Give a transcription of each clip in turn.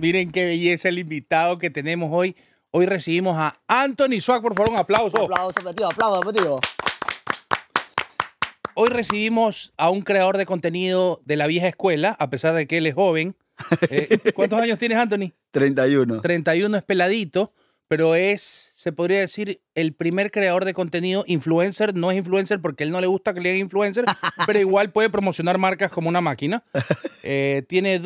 Miren qué belleza el invitado que tenemos hoy. Hoy recibimos a Anthony Swag, por favor, un aplauso. Aplauso. Hoy recibimos a un creador de contenido de la vieja escuela, a pesar de que él es joven. ¿Cuántos años tienes, Anthony? 31. 31, es peladito, pero es, se podría decir, el primer creador de contenido influencer. No es influencer porque a él no le gusta que le digan influencer, pero igual puede promocionar marcas como una máquina. Tiene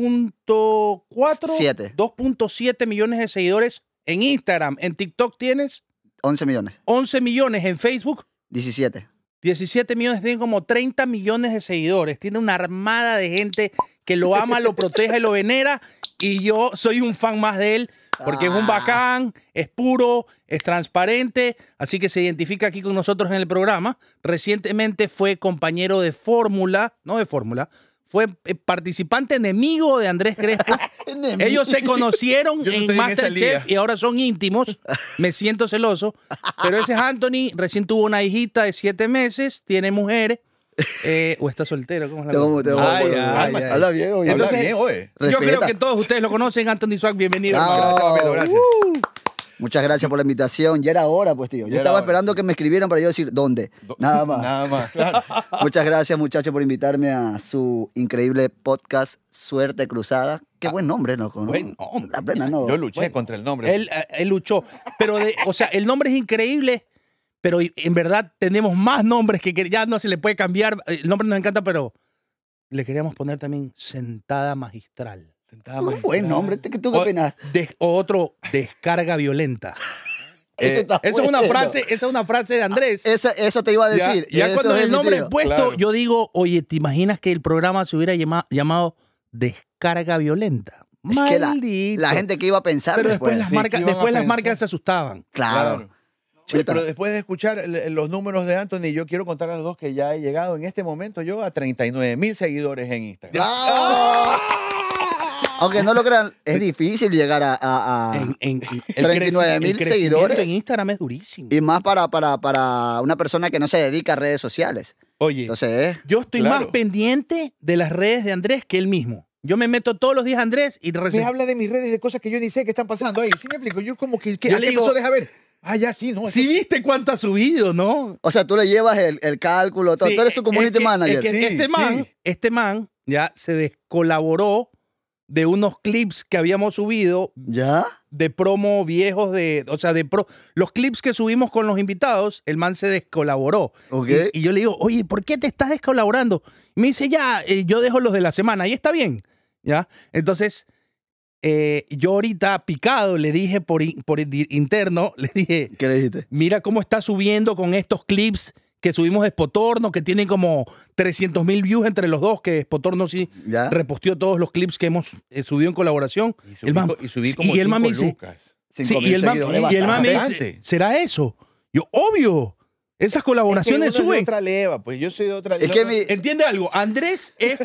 2.7 millones de seguidores en Instagram. En TikTok tienes 11 millones. 11 millones. En Facebook 17. 17 millones. Tiene como 30 millones de seguidores. Tiene una armada de gente que lo ama, lo protege, lo venera. Y yo soy un fan más de él porque es un bacán, es puro, es transparente. Así que se identifica aquí con nosotros en el programa. Recientemente fue compañero de Fórmula, no de Fórmula, fue participante enemigo de Andrés Crespo. Ellos se conocieron en MasterChef y ahora son íntimos. Me siento celoso. Pero ese es Anthony, recién tuvo una hijita de 7 meses, tiene mujeres. ¿O está soltero? ¿Cómo es la cosa? Habla bien, oye. Entonces, oye. Yo creo que todos ustedes lo conocen. Anthony Swag, bienvenido. Gracias. Muchas gracias por la invitación. Ya era hora, pues, tío. Yo estaba esperando que me escribieran para yo decir dónde. Nada más. Nada más, claro. Muchas gracias, muchachos, por invitarme a su increíble podcast Suerte Cruzada. Qué buen nombre, ¿no? Buen nombre. La plena, ¿no? Yo luché contra el nombre. Él luchó. Pero, o sea, el nombre es increíble, pero en verdad tenemos más nombres que ya no se le puede cambiar. El nombre nos encanta, pero le queríamos poner también Sentada Magistral. Buen nombre. ¿Tú qué opinas? O otro, Descarga Violenta. Esa es una frase de Andrés. Eso te iba a decir. Ya cuando el nombre es puesto, claro. yo digo, oye, ¿te imaginas que el programa se hubiera llamado Descarga Violenta? Es que Maldito. la gente que iba a pensar Pero después las marcas, pensar? marcas se asustaban. Claro. Oye, pero después de escuchar los números de Anthony, yo quiero contar a los dos que ya he llegado en este momento yo a 39,000 seguidores en Instagram. Aunque no lo crean, es difícil llegar a 39,000 seguidores. En Instagram es durísimo. Y más para una persona que no se dedica a redes sociales. Oye, Entonces, yo estoy claro. más pendiente de las redes de Andrés que él mismo. Yo me meto todos los días a Andrés y Me habla de mis redes de cosas que yo ni sé que están pasando ahí. ¿Sí me explico? Yo como que Yo ¿a le qué digo- pasó? Deja ver. Ah, ya sí, ¿no? Si viste cuánto ha subido, ¿no? o sea, tú le llevas el cálculo, todo. Sí, Tú eres su community manager. es que Sí, este man ya se descolaboró de unos clips que habíamos subido ¿Ya? de promo viejos los clips que subimos con los invitados, el man se descolaboró. Ok. Y yo le digo, oye, ¿por qué te estás descolaborando? Y me dice, ya, yo dejo los de la semana y está bien, ¿ya? Entonces, yo ahorita picado le dije por interno, le dije, ¿Qué le dijiste? mira cómo está subiendo con estos clips que subimos de Spotorno, que tienen como 300,000 views entre los dos, que Spotorno sí ¿Ya? reposteó todos los clips que hemos subido en colaboración. Y subí como y el man me 5 dice, lucas. sí, 5,000 y el man me dice, Bastante. ¿será eso? Yo, obvio, esas colaboraciones Es que uno es de suben. otra leva, pues yo soy de otra Es que mi- ¿Entiende algo? Andrés es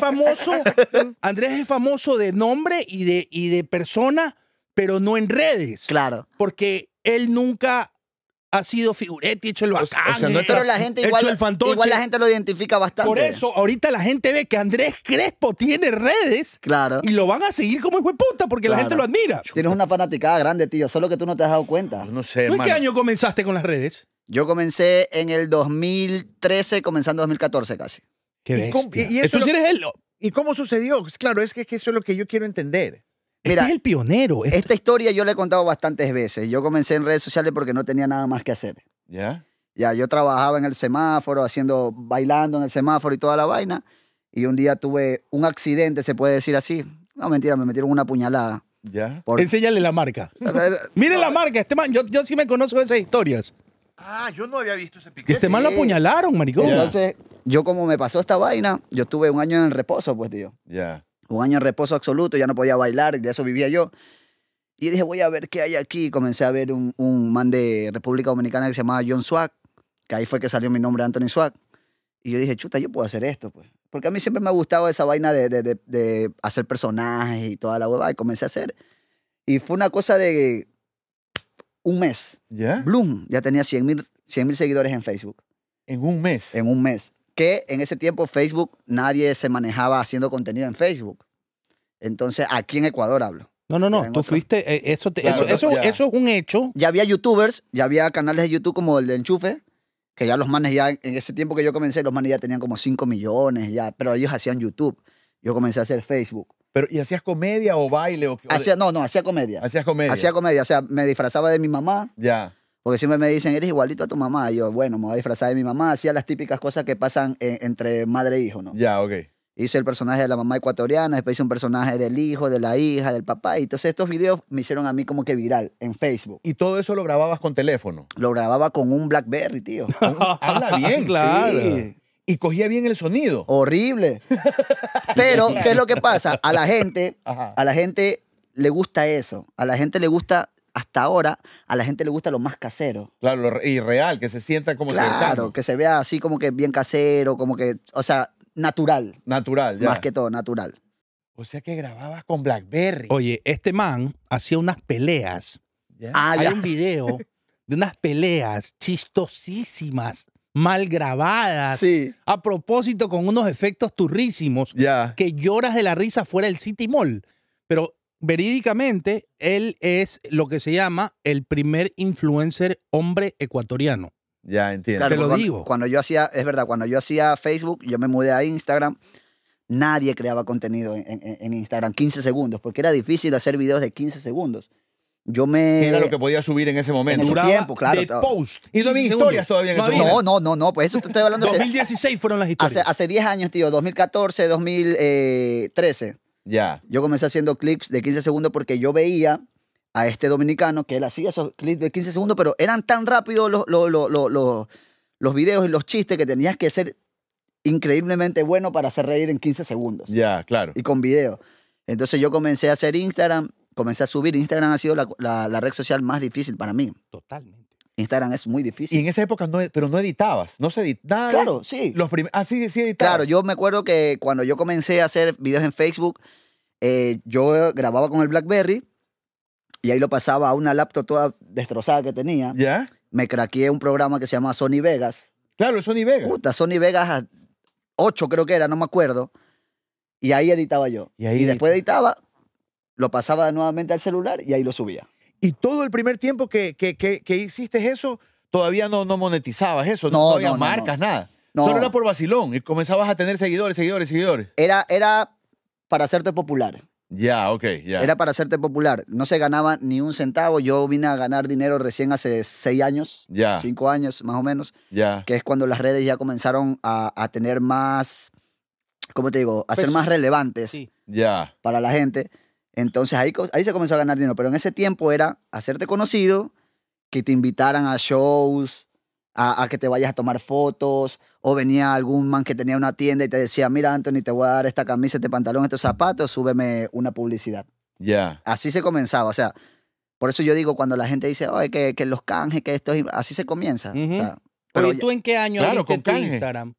famoso de nombre y de persona, pero no en redes. Claro. Porque él nunca ha sido figurete, hecho el bacán. o sea, no hecho Pero la gente el igual fantoche. la gente lo identifica bastante. Por eso, ahorita la gente ve que Andrés Crespo tiene redes Claro. y lo van a seguir como hijo de puta porque la Claro. gente lo admira. Tienes una fanaticada grande, tío. Solo que tú no te has dado cuenta. No sé, ¿Tú en qué hermano. año comenzaste con las redes? Yo comencé en el 2013, comenzando 2014 casi. Qué ¿Y cómo- bestia. y eso Tú sí lo- eres él. ¿Y cómo sucedió? Pues claro, es que eso es lo que yo quiero entender. Mira, Este es el pionero. Esta historia yo la he contado bastantes veces. Yo comencé en redes sociales porque no tenía nada más que hacer. ¿Ya? Ya, yo trabajaba en el semáforo, bailando en el semáforo y toda la vaina. Y un día tuve un accidente, se puede decir así. No, mentira, me metieron una puñalada. ¿Ya? Por- Enséñale la marca. Miren la marca. Este man, yo sí me conozco de esas historias. Ah, yo no había visto ese Que este man lo apuñalaron, maricón. Entonces, yo como me pasó esta vaina, yo estuve un año en reposo, pues, tío. Ya. Un año en reposo absoluto, ya no podía bailar, y de eso vivía yo. Y dije, voy a ver qué hay aquí. Comencé a ver un man de República Dominicana que se llamaba John Swag, que ahí fue que salió mi nombre, Anthony Swag. Y yo dije, chuta, yo puedo hacer esto, pues. Porque a mí siempre me ha gustado esa vaina de hacer personajes y toda la hueva, y comencé a hacer. Y fue una cosa de un mes. ¿Ya? Bloom ya tenía 100,000 seguidores en Facebook En un mes. en un mes. Que en ese tiempo Facebook, nadie se manejaba haciendo contenido en Facebook. Entonces, aquí en Ecuador hablo. No, Eran tú otros. fuiste, Claro, eso ya. es un hecho. Ya había youtubers, ya había canales de YouTube como el de Enchufe, que ya los manes ya, en ese tiempo que yo comencé, los manes ya tenían como 5 millones, ya, pero ellos hacían YouTube. Yo comencé a hacer Facebook. Pero, ¿y hacías comedia o baile? Hacía comedia. Hacías comedia. Hacía comedia, o sea, me disfrazaba de mi mamá, Ya. porque siempre me dicen, eres igualito a tu mamá. Y yo, bueno, me voy a disfrazar de mi mamá. Hacía las típicas cosas que pasan entre madre e hijo, ¿no? Ya, ok. Hice el personaje de la mamá ecuatoriana, después hice un personaje del hijo, de la hija, del papá. Y entonces estos videos me hicieron a mí como que viral en Facebook. Y todo eso lo grababas con teléfono. Lo grababa con un BlackBerry, tío. Habla bien. Claro. Sí. Y cogía bien el sonido. Horrible. Pero, ¿qué es lo que pasa? A la gente le gusta eso. A la gente le gusta, hasta ahora, a la gente le gusta lo más casero. Claro, y real, que se sienta como Claro, cercano. que se vea así como que bien casero, como que, o sea, natural. Natural, ya. Más que todo, natural. O sea que grababas con BlackBerry. Oye, este man hacía unas peleas. Ya. Hay ya. un video de unas peleas chistosísimas, mal grabadas, Sí. a propósito con unos efectos turrísimos, Ya. que lloras de la risa fuera del City Mall. Pero verídicamente, él es lo que se llama el primer influencer hombre ecuatoriano. Ya, entiendo. Te lo cuando, digo. Cuando yo hacía, es verdad, cuando yo hacía Facebook, yo me mudé a Instagram, nadie creaba contenido en Instagram 15 segundos, porque era difícil hacer videos de 15 segundos. Yo me... ¿Qué era lo que podía subir en ese momento? ese Duraba tiempo, claro, de todo. post. Y no había 15 historias segundos. todavía en ese había. momento. No, pues eso te estoy hablando hace, 2016 fueron las historias. hace 10 años, tío, 2014, 2013. Ya. Yo comencé haciendo clips de 15 segundos porque yo veía a este dominicano que él hacía esos clips de 15 segundos, pero eran tan rápidos los videos y los chistes que tenías que ser increíblemente bueno para hacer reír en 15 segundos. Ya, claro. Y con video. Entonces yo comencé a hacer Instagram, comencé a subir. Instagram ha sido la red social más difícil para mí. Totalmente. Instagram es muy Y difícil. en esa época pero no editabas. No se editaba. Claro, sí. Sí editaba. Claro, yo me acuerdo que cuando yo comencé a hacer videos en Facebook, yo grababa con el BlackBerry y ahí lo pasaba a una laptop toda destrozada que tenía. ¿Ya? Me craqueé un programa que se llama Sony Vegas. Claro, el Sony Vega. Puta, Sony Vegas 8 creo que era, no me acuerdo. Y ahí editaba yo. Y ahí después editaba, lo pasaba nuevamente al celular y ahí lo subía. Y todo el primer tiempo que hiciste eso, todavía no monetizabas eso. No, No, había no, no, marcas, nada. No. Solo era por vacilón. Y comenzabas a tener seguidores. Era para hacerte popular. Ya, ok, ya. Era para hacerte popular. No se ganaba ni un centavo. Yo vine a ganar dinero recién hace 6 años, Ya. 5 años más o menos, Ya. que es cuando las redes ya comenzaron a tener más, ¿cómo te digo? A ser Peso. más relevantes Sí. Ya. para la gente. Entonces ahí se comenzó a ganar dinero. Pero en ese tiempo era hacerte conocido, que te invitaran a shows, a que te vayas a tomar fotos, o venía algún man que tenía una tienda y te decía, mira, Anthony, te voy a dar esta camisa, este pantalón, estos zapatos, súbeme una publicidad. Ya. Así se comenzaba, o sea, por eso yo digo, cuando la gente dice, oye, que los canjes, que esto, así se comienza. Ujú. O sea, pero Oye, ¿tú en qué año Claro, abriste con tu canje. Instagram?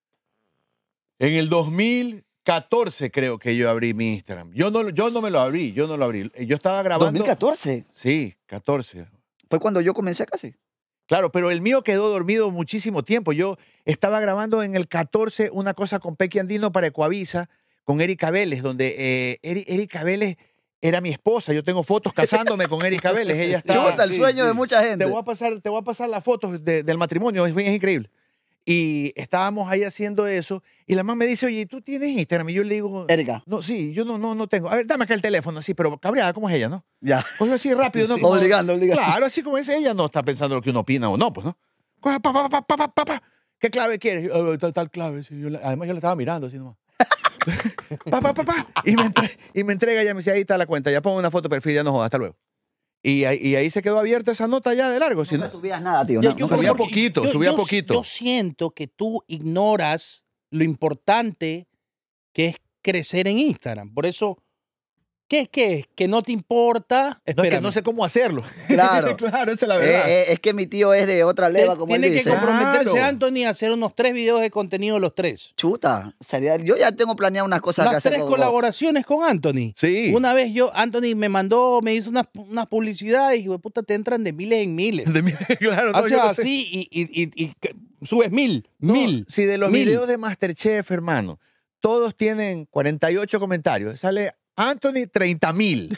En el 2014 creo que yo abrí mi Instagram. Yo no me lo abrí, yo no lo abrí. Yo estaba grabando. 2014 Sí, 14. fue cuando yo comencé casi. Claro, pero el mío quedó dormido muchísimo tiempo. Yo estaba grabando en el 14 una cosa con Pequi Andino para Ecuavisa, con Erika Vélez, donde Erika Vélez era mi esposa. Yo tengo fotos casándome con Erika Vélez. Ella estaba... Chuta, el sueño de mucha gente. Te voy a pasar las fotos del matrimonio, es increíble. Y estábamos ahí haciendo eso, y la mamá me dice, oye, ¿tú tienes Instagram? Y yo le digo, Erika. no, sí, yo no tengo. A ver, dame acá el teléfono, sí, pero cabreada, ¿cómo es ella, no? Ya. Coge así rápido, ¿no? Como- Obligando. Claro, así como es ella, no está pensando lo que uno opina o no, pues, ¿no? Coge, pa. ¿Qué clave quieres? Tal clave, sí. Además, yo la estaba mirando así nomás. Pa. Y me entrega, ya me dice, ahí está la cuenta, ya pongo una foto de perfil, ya no jodas, hasta luego. Y ahí se quedó abierta esa nota ya de largo. Si No no, subías nada, tío. Yo- no, yo- nunca subía subías. poquito, subía poquito. Yo siento que tú ignoras lo importante que es crecer en Instagram. Por eso, ¿qué es que es? ¿Que no te importa? no, es que Espérame. no sé cómo hacerlo. Claro. Claro, esa es la verdad. Es que mi tío es de otra leva, como él Tiene que dice. comprometerse Claro. Anthony a hacer unos 3 videos de contenido los 3. Chuta, yo ya tengo planeado unas cosas que Unas hacer 3 con- colaboraciones con Anthony. Sí. Una vez Anthony me hizo unas publicidades y, güey, puta, te entran de miles en miles. Claro, no, Haces yo lo sé. así y subes mil. No, 1000. Si de los 1000. videos de Masterchef, hermano, todos tienen 48 comentarios, sale Anthony 30,000.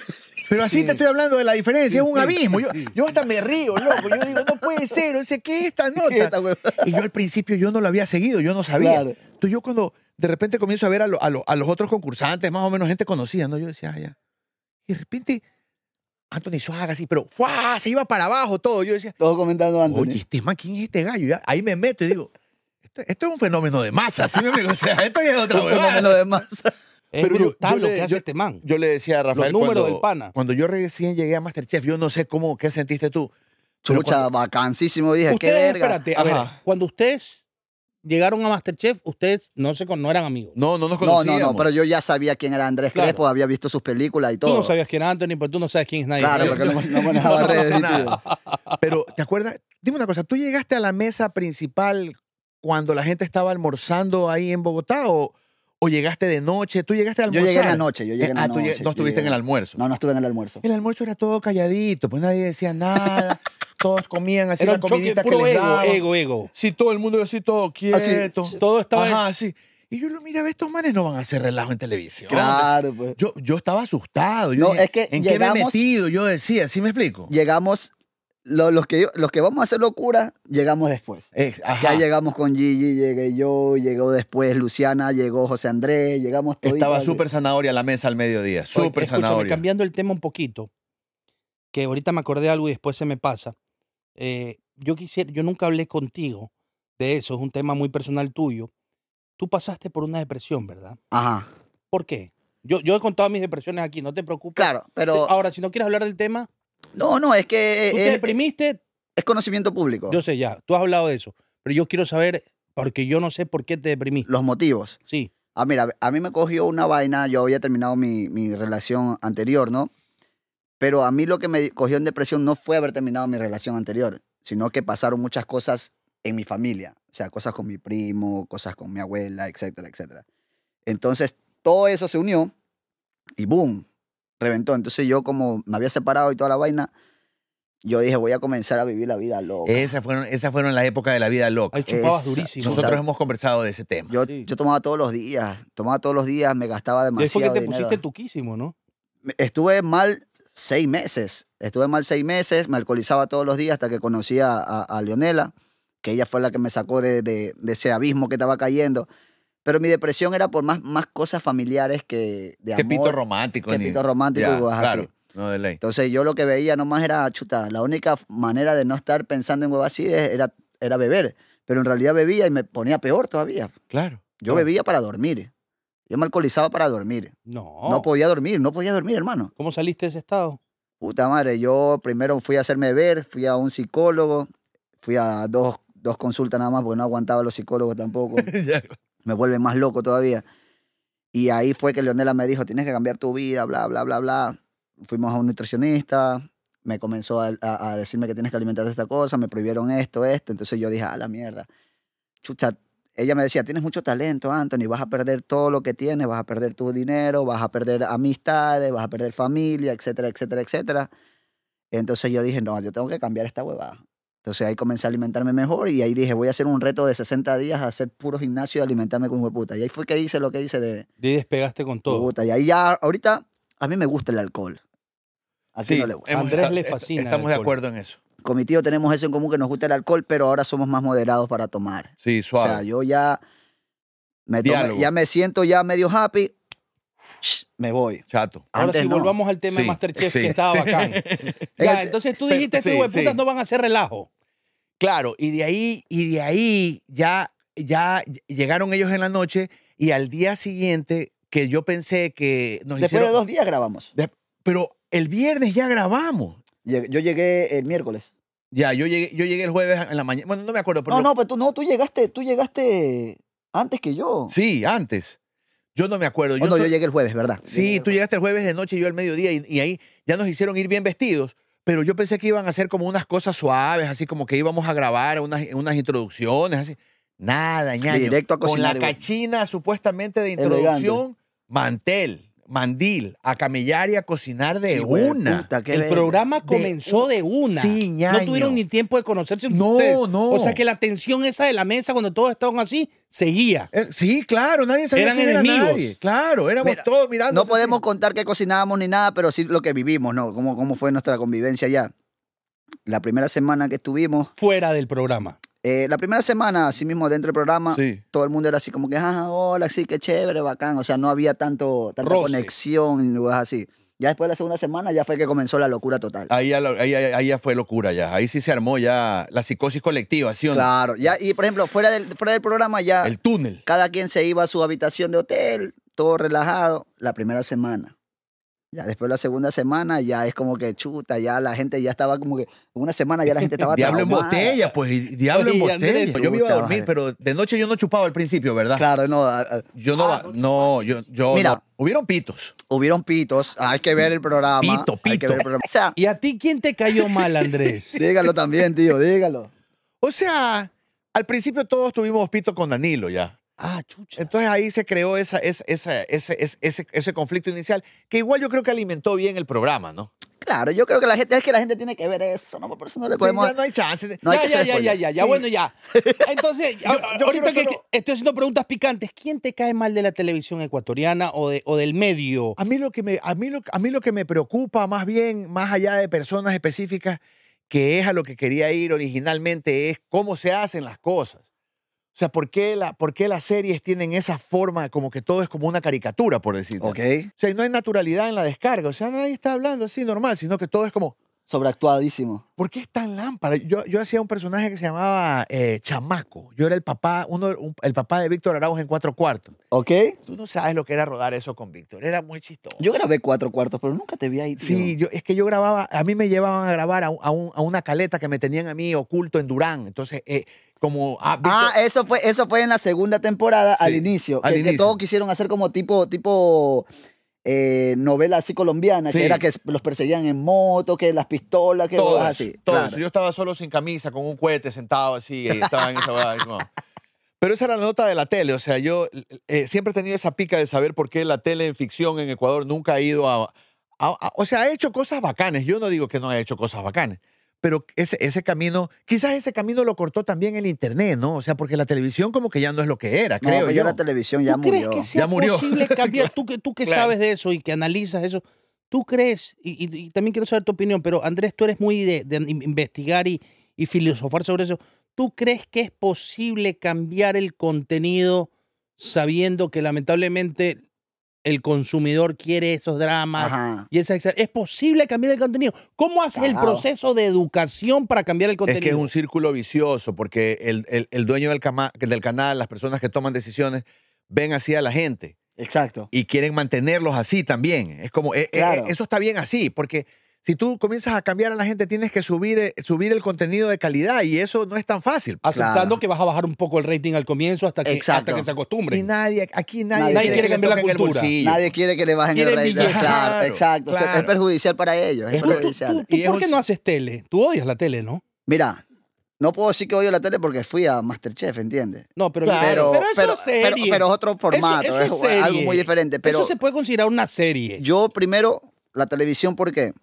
Pero así Sí. te estoy hablando de la diferencia, es un Sí, abismo. sí. Yo hasta me río, loco. Yo digo, no puede ser. Yo decía, ¿qué es esta nota? ¿Qué es esta huevada? Y yo al principio yo no lo había seguido, yo no sabía. Claro. Entonces yo cuando de repente comienzo a ver a los otros concursantes, más o menos gente conocida, ¿no? Yo decía, ya. Y de repente, Anthony Suárez así, pero ¡fua! Se iba para abajo todo. Yo decía, Todos comentando Anthony. oye, este man, ¿quién es este gallo? Ya, ahí me meto y digo, esto es un fenómeno de masa, ¿sí me explico? O sea, esto ya es otra Un huevada. fenómeno de masa. Es Pero brutal lo le- que hace este man. Yo le decía a Rafael Los números cuando, del pana. cuando yo recién llegué a Masterchef, yo no sé qué sentiste tú. Pero Chucha, bacanísimo. Dije, qué Ustedes, verga. espérate, a ver, Ajá. cuando ustedes llegaron a Masterchef, ustedes no eran amigos. no nos No, conocíamos. no, pero yo ya sabía quién era Andrés Claro. Crespo, había visto sus películas y Tú todo. no sabías quién era Anthony, pero tú no sabes quién es nadie. Claro, porque no manejaba No redes. sé y nada. todo. Pero, ¿te acuerdas? Dime una cosa, ¿tú llegaste a la mesa principal cuando la gente estaba almorzando ahí en Bogotá o llegaste de noche? ¿Tú llegaste a Yo almorzar? llegué en la noche, yo llegué en la tú noche. no estuviste en el almuerzo. No estuve en el almuerzo. El almuerzo era todo calladito, pues nadie decía nada. Todos comían así Era la un choque comidita que puro les ego, daban. ego. Sí, todo el mundo así todo quieto. Todo estaba... Ajá, sí. Y yo lo miraba, estos manes no van a hacer relajo en televisión. Claro, pues. Yo estaba asustado. Yo No, dije, es que ¿en qué me he llegamos- metido? Yo decía, ¿sí me explico? Llegamos, los que vamos a hacer locura, llegamos después. Ajá. Ya llegamos con Gigi, llegué yo, llegó después Luciana, llegó José Andrés, llegamos todos. Estaba súper zanahoria a la mesa al mediodía. Oye, Súper escúchame, zanahoria. cambiando el tema un poquito, que ahorita me acordé de algo y después se me pasa. Yo nunca hablé contigo de eso, es un tema muy personal tuyo. Tú pasaste por una depresión, ¿verdad? Ajá. ¿Por qué? Yo he contado mis depresiones aquí, no te preocupes. Claro, pero. Ahora, si no quieres hablar del tema, No, es que tú te deprimiste, es conocimiento público. yo sé ya, tú has hablado de eso, pero yo quiero saber, porque yo no sé por qué te deprimiste. Los motivos. Sí, Ah, mira, a mí me cogió una vaina, yo había terminado mi relación anterior, ¿no? Pero a mí lo que me cogió en depresión no fue haber terminado mi relación anterior, sino que pasaron muchas cosas en mi familia. O sea, cosas con mi primo, cosas con mi abuela, etcétera, etcétera. Entonces, todo eso se unió y ¡boom! Reventó. Entonces yo como me había separado y toda la vaina, yo dije, voy a comenzar a vivir la vida loca. Esas fueron la época de la vida loca. ahí chupabas Esa- durísimo. Nosotros hemos conversado de ese tema. Yo tomaba todos los días, me gastaba Y ahí fue que demasiado te dinero. pusiste tuquísimo, ¿no? Estuve mal 6 meses. Me alcoholizaba todos los días hasta que conocí a Leonela, que ella fue la que me sacó de ese abismo que estaba cayendo. Pero mi depresión era por más cosas familiares que de Qué pito amor. romántico. Qué pito romántico, Ya, cosas claro, así. no de ley. Entonces yo lo que veía nomás era, chuta, la única manera de no estar pensando en huevas así era beber. Pero en realidad bebía y me ponía peor todavía. Claro. Yo bebía para dormir. Yo me alcoholizaba para dormir. No. No podía dormir, hermano. ¿Cómo saliste de ese estado? Puta madre, yo primero fui a hacerme ver, fui a un psicólogo, fui a dos consultas nada más porque no aguantaba los psicólogos tampoco. Ya. Me vuelve más loco todavía. Y ahí fue que Leonela me dijo, tienes que cambiar tu vida, bla, bla, bla, bla. Fuimos a un nutricionista, me comenzó a decirme que tienes que alimentarte de esta cosa, me prohibieron esto. Entonces yo dije, la mierda. Chucha, ella me decía, tienes mucho talento, Anthony, vas a perder todo lo que tienes, vas a perder tu dinero, vas a perder amistades, vas a perder familia, etcétera, etcétera, etcétera. Entonces yo dije, no, yo tengo que cambiar esta huevada. Entonces ahí comencé a alimentarme mejor y ahí dije, voy a hacer un reto de 60 días a hacer puro gimnasio y alimentarme con hueputa. Y ahí fue que hice lo que hice de De ahí despegaste con todo. puta. Y ahí ya, ahorita, a mí me gusta el alcohol. ¿A quién Sí, no le gusta? Andrés le fascina el Estamos de alcohol. acuerdo en eso. Con mi tío tenemos eso en común, que nos gusta el alcohol, pero ahora somos más moderados para tomar. Sí, O suave. sea, yo ya Diálogo. ya me siento ya medio happy, me voy. Chato. Ahora Antes si no. volvamos al tema de Sí, Masterchef, sí, que estaba sí. bacán. Ya, entonces tú dijiste, Sí, estos hueputas sí. no van a hacer relajo. Claro, y de ahí ya llegaron ellos en la noche y al día siguiente que yo pensé que nos Después hicieron... de 2 días grabamos. Pero el viernes ya grabamos. Yo llegué el miércoles. Ya, yo llegué el jueves en la mañana. Bueno, no me acuerdo. Pero No, pero tú llegaste antes que yo. Sí, antes. Yo no me acuerdo. Yo llegué el jueves, ¿verdad? Sí, tú llegaste el jueves de noche y yo al mediodía y ahí ya nos hicieron ir bien vestidos, pero yo pensé que iban a hacer como unas cosas suaves, así como que íbamos a grabar unas introducciones, así. Nada, ñaño. Directo a Con cocinar la igual. cachina supuestamente de Elegante. introducción, mantel. mandil, a camellar y a cocinar de Sí, güey, una. puta, qué El verga. programa comenzó de una. Sí, No ñaño. tuvieron ni tiempo de conocerse entre No, ustedes. no. O sea que la tensión esa de la mesa cuando todos estaban así, seguía. Sí, claro, nadie sabía Eran quién era enemigos. nadie. Claro, éramos Mira, todos mirando. No podemos contar que cocinábamos ni nada, pero sí lo que vivimos, ¿no? Cómo fue nuestra convivencia allá. La primera semana que estuvimos, Fuera del programa. la primera semana, así mismo dentro del programa, Sí. todo el mundo era así como que, hola, sí, qué chévere, bacán. O sea, no había tanta Roce. conexión y cosas así. Ya después de la segunda semana ya fue que comenzó la locura total. Ahí ya fue locura ya. Ahí sí se armó ya la psicosis colectiva, ¿sí o no? Claro, ya, y por ejemplo, fuera del programa ya El túnel. cada quien se iba a su habitación de hotel, todo relajado, la primera semana. Ya después de la segunda semana ya es como que chuta, ya la gente ya estaba como que, una semana ya la gente estaba Diablo en traumada. botella, pues, y diablo en Oye, botella. Andrés, Yo me iba a puta dormir, madre. pero de noche yo no chupaba al principio, ¿verdad? Claro, no, Yo yo Mira. no. Hubieron pitos. hubieron pitos, hay que ver el programa. Pito, Hay que pito. ver el programa. O sea, ¿Y a ti quién te cayó mal, Andrés? dígalo también, tío, dígalo. O sea, al principio todos tuvimos pito con Danilo ya. Ah, chucha. Entonces ahí se creó ese conflicto inicial, que igual yo creo que alimentó bien el programa, ¿no? Claro, yo creo que la gente tiene que ver eso, ¿no? Por eso no le podemos... Sí, ya no hay chance. No hay que ya, ser ya, spoiler. ya, Sí. bueno, ya. Entonces, yo ahorita quiero que estoy haciendo preguntas picantes, ¿quién te cae mal de la televisión ecuatoriana o del medio? A mí lo que me preocupa más bien, más allá de personas específicas, que es a lo que quería ir originalmente, es cómo se hacen las cosas. O sea, ¿por qué las series tienen esa forma como que todo es como una caricatura, por decirlo? Ok, O sea, y no hay naturalidad en la descarga. O sea, nadie está hablando así normal, sino que todo es como, sobreactuadísimo. ¿por qué es tan lámpara? Yo hacía un personaje que se llamaba Chamaco. Yo era el papá, el papá de Víctor Arauz en 4 cuartos. ¿Ok? Tú no sabes lo que era rodar eso con Víctor. Era muy chistoso. Yo grabé 4 cuartos, pero nunca te vi ahí, tío. Sí, es que yo grababa, a mí me llevaban a grabar a una caleta que me tenían a mí oculto en Durán. Entonces, como... Víctor- Eso fue en la segunda temporada, Sí, al inicio. al que inicio. todos quisieron hacer como tipo novela así colombiana, Sí. que era que los perseguían en moto, que las pistolas, que todo cosas eso, así. todo Claro. eso. Yo estaba solo sin camisa, con un cohete sentado así, y estaba en esa huevada, y como- Pero esa era la nota de la tele. O sea, yo siempre he tenido esa pica de saber por qué la tele en ficción en Ecuador nunca ha ido o sea, ha hecho cosas bacanes. Yo no digo que no haya hecho cosas bacanes. Pero ese camino, quizás ese camino lo cortó también el internet, ¿no? O sea, porque la televisión como que ya no es lo que era, No, creo pero yo. ya la televisión ya ¿Tú crees murió. que sea Ya murió. posible cambiar? Tú que Claro. sabes de eso y que analizas eso, ¿tú crees? Y también quiero saber tu opinión, pero Andrés, tú eres muy de investigar y filosofar sobre eso. ¿Tú crees que es posible cambiar el contenido sabiendo que lamentablemente el consumidor quiere esos dramas? Ajá. Y ¿es posible cambiar el contenido? ¿Cómo haces el Cagado. proceso de educación para cambiar el Es contenido? que es un círculo vicioso, porque el dueño del canal, las personas que toman decisiones, ven así a la gente Exacto. y quieren mantenerlos así también. Es como, Claro. eso está bien así, porque si tú comienzas a cambiar a la gente, tienes que subir el contenido de calidad y eso no es tan fácil. Aceptando Claro. que vas a bajar un poco el rating al comienzo hasta que Exacto. se Y acostumbren. aquí Nadie nadie quiere que le cambiar la toquen el cultura. bolsillo. Nadie quiere que le bajen el Quieren rating. billetes. Claro, Claro, exacto. O sea, claro. es perjudicial para ellos. Es Es perjudicial. ¿Tú Y por es qué un- no haces tele? Tú odias la tele, ¿no? Mira, no puedo decir que odio la tele porque fui a Masterchef, ¿entiendes? No, pero, Claro. pero eso es serie. pero es otro formato, Eso es serie. algo muy diferente. Pero eso se puede considerar una serie. yo primero, la televisión, porque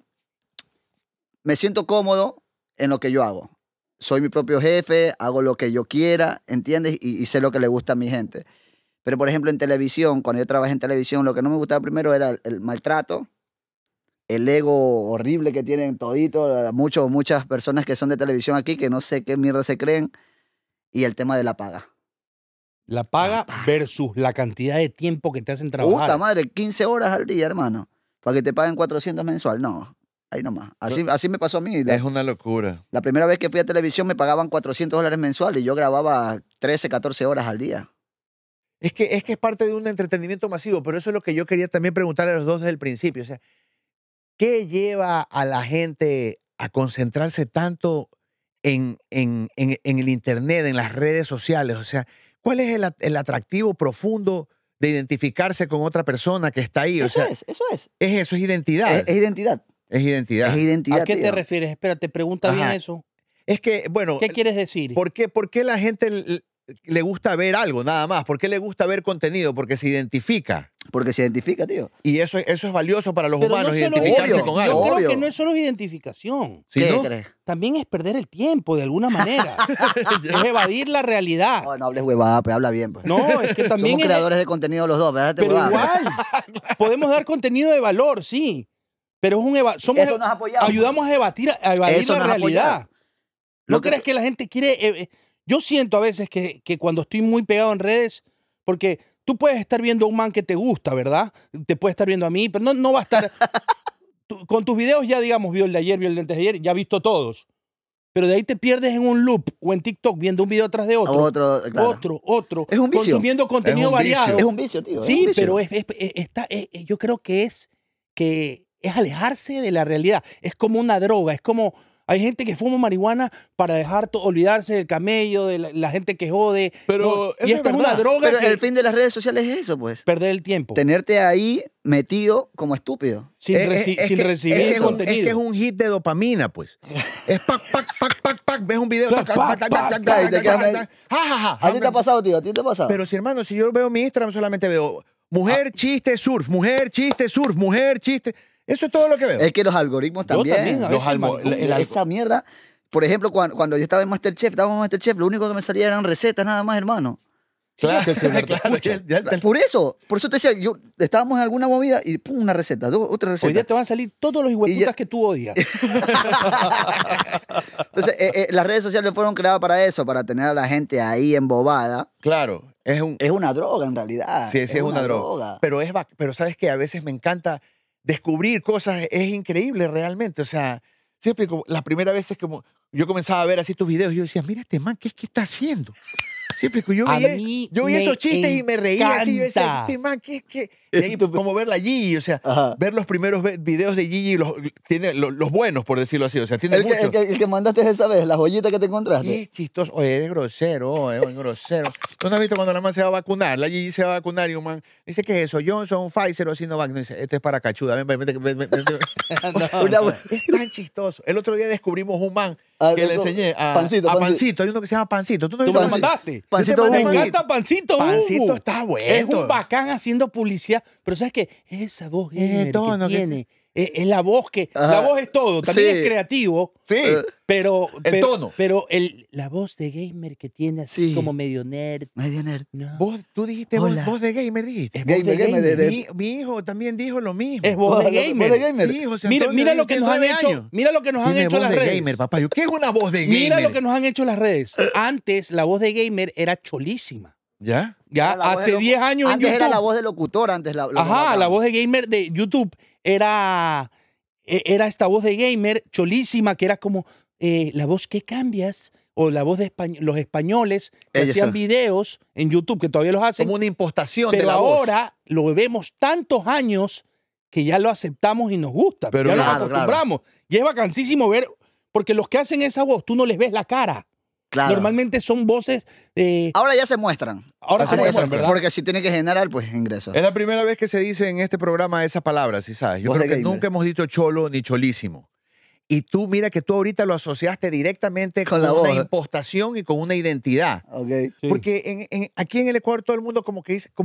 me siento cómodo en lo que yo hago. Soy mi propio jefe, hago lo que yo quiera, ¿entiendes? Y sé lo que le gusta a mi gente. Pero, por ejemplo, en televisión, cuando yo trabajé en televisión, lo que no me gustaba primero era el maltrato, el ego horrible que tienen toditos, muchas personas que son de televisión aquí que no sé qué mierda se creen, y el tema de la paga. La paga versus la cantidad de tiempo que te hacen trabajar. Puta madre, 15 horas al día, hermano, para que te paguen 400 mensual. No, ahí nomás. Así me pasó a mí. Es una locura. La primera vez que fui a televisión me pagaban $400 mensual y yo grababa 13, 14 horas al día. Es que es parte de un entretenimiento masivo, pero eso es lo que yo quería también preguntarle a los dos desde el principio. O sea, ¿qué lleva a la gente a concentrarse tanto en el Internet, en las redes sociales? O sea, ¿cuál es el atractivo profundo de identificarse con otra persona que está ahí? O sea, Eso es. es eso, es identidad. Es identidad. Es identidad. Es identidad, ¿A qué te tío. refieres? Espera, te pregunta Ajá. bien eso. Es que, bueno, ¿Qué quieres decir? ¿por qué la gente le gusta ver algo, nada más. ¿Por qué le gusta ver contenido? Porque se identifica. Porque se identifica, tío. Y eso es valioso para los Pero humanos, no solo identificarse obvio, con yo algo. obvio. creo que no es solo identificación. ¿Sí, ¿Qué no? crees? También es perder el tiempo de alguna manera. Es evadir la realidad. No, no hables huevada, pues habla bien. Pues. No, es que también Somos es- creadores de contenido los dos, ¿verdad? pero igual podemos dar contenido de valor, sí. Pero es un Eso nos apoyamos. ayudamos a evadir Eso la nos realidad. apoyamos. ¿No Lo que- crees que la gente quiere? Yo siento a veces que cuando estoy muy pegado en redes, porque tú puedes estar viendo a un man que te gusta, ¿verdad? Te puede estar viendo a mí, pero no va a estar... con tus videos ya, digamos, vio el de ayer, vio el de antes de ayer, ya ha visto todos. Pero de ahí te pierdes en un loop o en TikTok viendo un video tras de otro. Claro. Otro. Es un vicio. Consumiendo contenido Es un vicio. variado. Es un vicio, tío. Sí, es un vicio. pero yo creo que es alejarse de la realidad. Es como una droga. Es como hay gente que fuma marihuana para olvidarse del camello, de la gente que jode. Pero ¿no? eso Y es esta es una verdad. droga Pero que el fin de las redes sociales es eso, pues. perder el tiempo. Tenerte ahí metido como estúpido. Sin recibir es que contenido. es un hit de dopamina, pues. Es pac, pac, pac, pac, pac. Ves un video. Pac, tac, pac, tac, pac, tac, tac, tac, y te tac, quedas tac, ahí. tac. Ja, ja, ja. ¿A ti te ha pasado, tío? ¿A ti te ha pasado? Pero si, hermano, si yo veo mi Instagram, solamente veo mujer, chiste, surf, mujer, chiste, surf, mujer, chiste. Eso es todo lo que veo. Es que los algoritmos Yo también. también, a Los veces, almo- man, Esa mierda. Por ejemplo, cuando yo estaba en Masterchef, lo único que me salía eran recetas nada más, hermano. Claro, que el celular te claro, escucha. Por eso te decía, estábamos en alguna movida y pum, una receta, otra receta. Hoy día te van a salir todos los hijueputas ya- que tú odias. Entonces, las redes sociales fueron creadas para eso, para tener a la gente ahí embobada. Claro, Es una droga en realidad. sí, es una droga. Pero sabes que a veces me encanta descubrir cosas, es increíble realmente. O sea, siempre como la primera vez es como yo comenzaba a ver así tus videos y yo decía, mira este man, ¿qué está haciendo? Siempre que yo A veía, mí yo veía me esos chistes y me reía así, yo decía, encanta. este man, ¿qué? Y ahí, como ver la Gigi, o sea, Ajá. ver los primeros videos de Gigi, tiene los buenos, por decirlo así, o sea, tiene El que, mucho. el que mandaste esa vez, la joyita que te encontraste. Qué chistoso. Oye, eres grosero, eres grosero. ¿Tú no has visto cuando la man se va a vacunar? La Gigi se va a vacunar y un man dice, ¿qué es eso? Johnson, Pfizer o Sinovac. No, dice, este es para cachuda. Ven. O sea, es tan chistoso. El otro día descubrimos un man que le enseñé a Pancito. Hay uno que se llama Pancito. ¿Tú no has Tú visto me lo Pancito? mandaste. Pancito Yo te Me mandé Hugo. encanta Pancito. Pancito Hugo. está bueno. Es un bacán haciendo publicidad. Pero ¿sabes qué? Esa voz gamer tono que que- tiene. Es la voz que... Ajá. La voz es todo. También Sí. es creativo. Sí. Pero... El tono. Pero la voz de gamer que tiene así Sí. como medio nerd. Medio nerd. No. Tú dijiste Hola. voz de gamer, dijiste. Es voz de Gamer, gamer. Mi hijo también dijo lo mismo. Es voz de Voz de gamer. gamer. Sí, José Mira, Antonio, mira lo que tiene nos han 9 hecho. años. Mira lo que nos han Tiene hecho voz las de redes. gamer, papá. ¿Qué es una voz de gamer? Mira lo que nos han hecho las redes. Antes la voz de gamer era cholísima. ¿Ya? Ya Era la voz hace de 10 años en Antes YouTube. era la voz de locutor, antes la Ajá, la voz de gamer de YouTube era esta voz de gamer cholísima que era como la voz que cambias o la voz de los españoles que Ellos hacían son. videos en YouTube que todavía los hacen. Como una impostación de Pero la voz. ahora lo vemos tantos años que ya lo aceptamos y nos gusta. Pero ya claro, nos acostumbramos. Y es vacancísimo ver, porque los que hacen esa voz, tú no les ves la cara. Claro. Normalmente son voces. Ahora ya se muestran. Ahora se Ahora muestran, se ¿verdad? Porque si tiene que generar, pues ingresos. Es la primera vez que se dice en este programa esa palabra, si sabes. Yo Voz creo de que gamer. nunca hemos dicho cholo ni cholísimo. Y tú, mira que tú ahorita lo asociaste directamente Con con la una voz. impostación y con una identidad. Ok. Sí. Porque aquí en el Ecuador todo el mundo como que dice,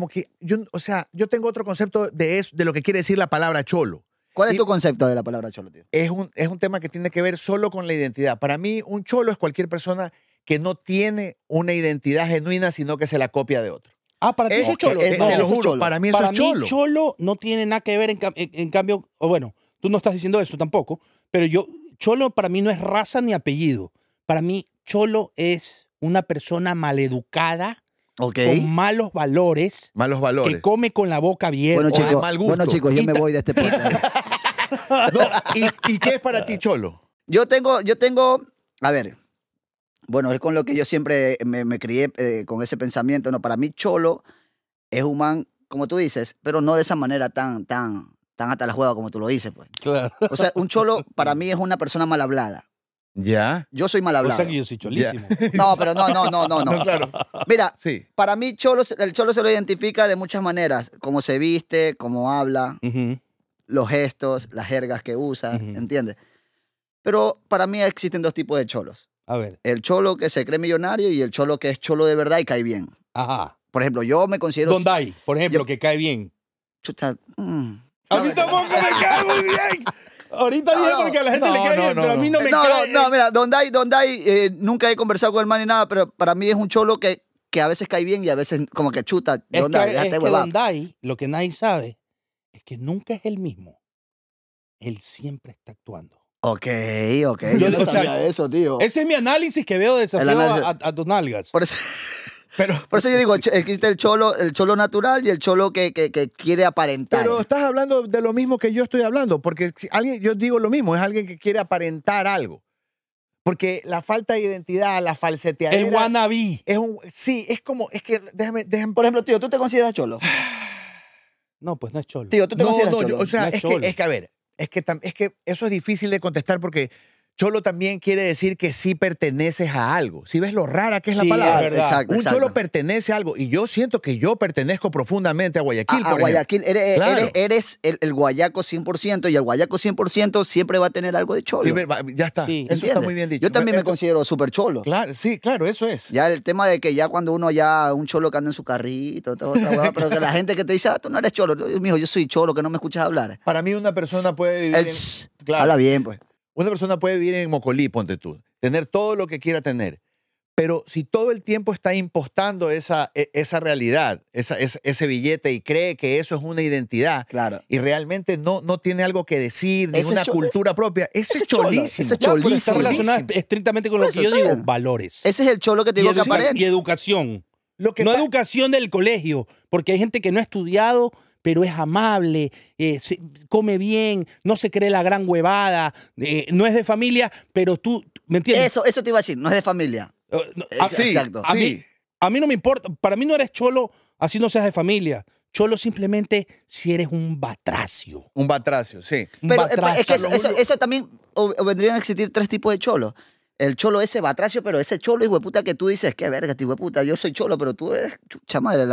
yo tengo otro concepto de eso, de lo que quiere decir la palabra cholo. ¿Cuál es Y- tu concepto de la palabra cholo, tío? Es un tema que tiene que ver solo con la identidad. Para mí, un cholo es cualquier persona que no tiene una identidad genuina, sino que se la copia de otro. Para ti eso es cholo. no, te lo eso es juro, cholo. para mí eso Para es mí, cholo. cholo no tiene nada que ver, en cambio, o bueno, tú no estás diciendo eso tampoco, pero cholo para mí no es raza ni apellido. Para mí, cholo es una persona maleducada, Ok. con malos valores, Malos valores. que come con la boca abierta. Bueno, o de chicos, mal gusto. yo Y me voy de este podcast. No, ¿y qué es para ti cholo? Yo tengo, a ver, bueno, es con lo que yo siempre me crié con ese pensamiento. No, para mí cholo es un man, como tú dices, pero no de esa manera tan hasta la juega como tú lo dices, pues. Claro. O sea, un cholo para mí es una persona mal hablada. ¿Ya? Yo soy mal O hablado. sea que yo soy cholísimo. No, pero no. No, claro. Mira, Sí. para mí el cholo se lo identifica de muchas maneras. Cómo se viste, cómo habla, Ujú. los gestos, las jergas que usa, Ujú. ¿entiendes? Pero para mí existen dos tipos de cholos. A ver. El cholo que se cree millonario y el cholo que es cholo de verdad y cae bien. Ajá. Por ejemplo, yo me considero... Dondai, por ejemplo, yo- que cae bien. Chuta, A mí tampoco me cae muy bien. Ahorita dije No, porque a la gente no, le cae no, bien, no, pero a mí no me no, cae. no, mira, Dondai, nunca he conversado con el man ni nada, pero para mí es un cholo que a veces cae bien y a veces como que chuta, Es Dondai, que déjate huevada. Dondai, lo que nadie sabe, es que nunca es el mismo. Él siempre está actuando. Ok. Yo, Yo no o sea, sabía eso, tío. Ese es mi análisis que veo de Desafío análisis. a tus nalgas. Por eso, Pero, por eso yo digo, existe el cholo natural y el cholo que quiere aparentar. pero estás hablando de lo mismo que yo estoy hablando, porque si alguien, yo digo lo mismo, es alguien que quiere aparentar algo. Porque la falta de identidad, la falseteadera... El wannabe. Sí, es como, es que, déjame Por ejemplo, tío, ¿tú te consideras cholo? No, pues no es cholo. Tío, ¿tú te consideras no, cholo? o sea, No es es cholo. que, a ver, es que eso es difícil de contestar porque cholo también quiere decir que sí perteneces a algo. ¿Sí ves lo rara que es Sí, la palabra? es verdad. Exacto, Un exacto. cholo pertenece a algo y yo siento que yo pertenezco profundamente a Guayaquil, A por Guayaquil, Claro. eres el guayaco 100% y el guayaco 100% siempre va a tener algo de cholo. ejemplo. Sí, ya está. Sí. Eso está ¿Entiendes? muy bien dicho. Yo también me Esto- considero súper cholo. Claro, sí, claro, eso es. Ya el tema de que ya cuando uno ya, un cholo que anda en su carrito, toda otra hueá, pero que la gente que te dice, tú no eres cholo, mijo, yo soy cholo, que no me escuchas hablar. Para mí una persona puede vivir El en, claro, habla bien, pues. una persona puede vivir en Mocolí, ponte tú, tener todo lo que quiera tener. Pero si todo el tiempo está impostando esa realidad, ese billete y cree que eso es una identidad Claro. y realmente no tiene algo que decir, ni Ese una cho- cultura propia, ese ese es cholo, cholísimo. ese Ya, pero está cholísimo. relacionado estrictamente con lo Por que eso, yo está digo, bien. valores. Ese es el cholo que te digo que aparece. Y educación. Lo que No pa- educación del colegio, porque hay gente que no ha estudiado, pero es amable, come bien, no se cree la gran huevada, no es de familia, pero tú, ¿me entiendes? Eso te iba a decir, no es de familia. Sí, Exacto. A, sí. a mí no me importa, para mí no eres cholo, así no seas de familia. Cholo simplemente si eres un batracio. Un batracio, sí. Un Pero batracio. es que eso también vendrían a existir tres tipos de cholos. El cholo ese batracio, pero ese cholo, hijo de puta, que tú dices, qué verga, hijo de puta, yo soy cholo, pero tú eres chucha madre.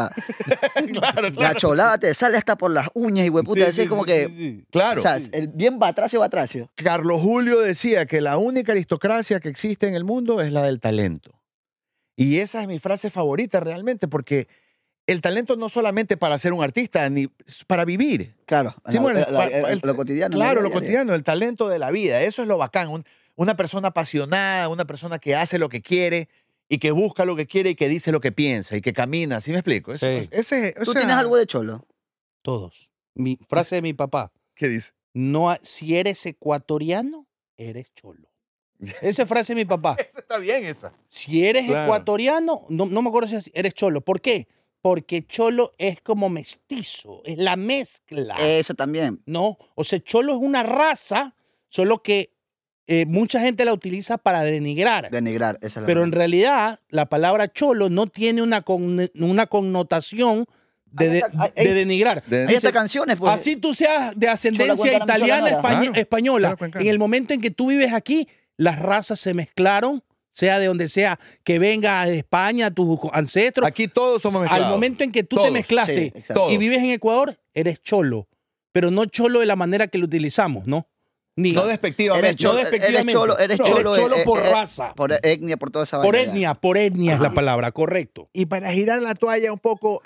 Claro, La cholada te sale hasta por las uñas, hijo de puta. Sí, Ese es sí, como sí, que, sí, sí. Claro. o sea, el bien batracio. Carlos Julio decía que la única aristocracia que existe en el mundo es la del talento. Y esa es mi frase favorita realmente, porque el talento no solamente para ser un artista, ni para vivir. Claro, Sí, bueno, lo cotidiano. Claro, la lo vida diaria. cotidiano, el talento de la vida. Eso es lo bacán. Una persona apasionada, una persona que hace lo que quiere y que busca lo que quiere y que dice lo que piensa y que camina. ¿Sí me explico? Sí. ¿Tú tienes algo de cholo? Todos. Mi frase de mi papá. ¿Qué dice? No, si eres ecuatoriano, eres cholo. Esa frase de mi papá. Está bien esa. Si eres Claro. ecuatoriano, no me acuerdo si eres cholo. ¿Por qué? Porque cholo es como mestizo, es la mezcla. Eso también. ¿No? O sea, cholo es una raza, solo que mucha gente la utiliza para denigrar. Denigrar, esa es la Pero en verdad. realidad, la palabra cholo no tiene una connotación de denigrar. De- Hay Dice, hasta canciones, pues. así tú seas de ascendencia Guantanamo, italiana, chola nada. Claro, española. claro, cuencana. En el momento en que tú vives aquí, las razas se mezclaron, sea de donde sea, que venga de España, tus ancestros. Aquí todos somos mezclados. Al momento en que tú te Todos, mezclaste sí, exacto. y vives en Ecuador, eres cholo. Pero no cholo de la manera que lo utilizamos, ¿no? Ni, No despectivamente. Eres cholo, No despectivamente. eres No, cholo, eres cholo por raza. Por etnia, por toda esa por vaina ya. etnia es la palabra, correcto. Y para girar la toalla un poco,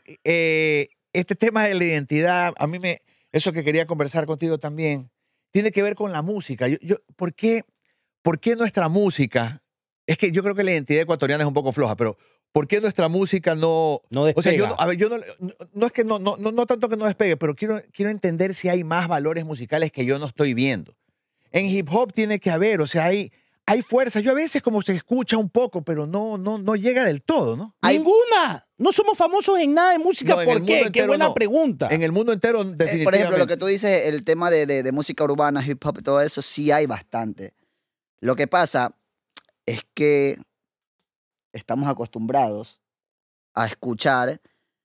este tema de la identidad, eso que quería conversar contigo también, tiene que ver con la música. ¿Por qué nuestra música, es que yo creo que la identidad ecuatoriana es un poco floja, pero ¿por qué nuestra música no... No O sea, despega. no es que no tanto que no despegue, pero quiero entender si hay más valores musicales que yo no estoy viendo. En hip hop tiene que haber, o sea, hay fuerza. Yo a veces como se escucha un poco, pero no llega del todo, ¿no? Ninguna. No somos famosos en nada de música. No, en el ¿Por mundo qué? Qué entero buena no. pregunta. En el mundo entero, definitivamente. Por ejemplo, lo que tú dices, el tema de música urbana, hip hop y todo eso, sí hay bastante. Lo que pasa es que estamos acostumbrados a escuchar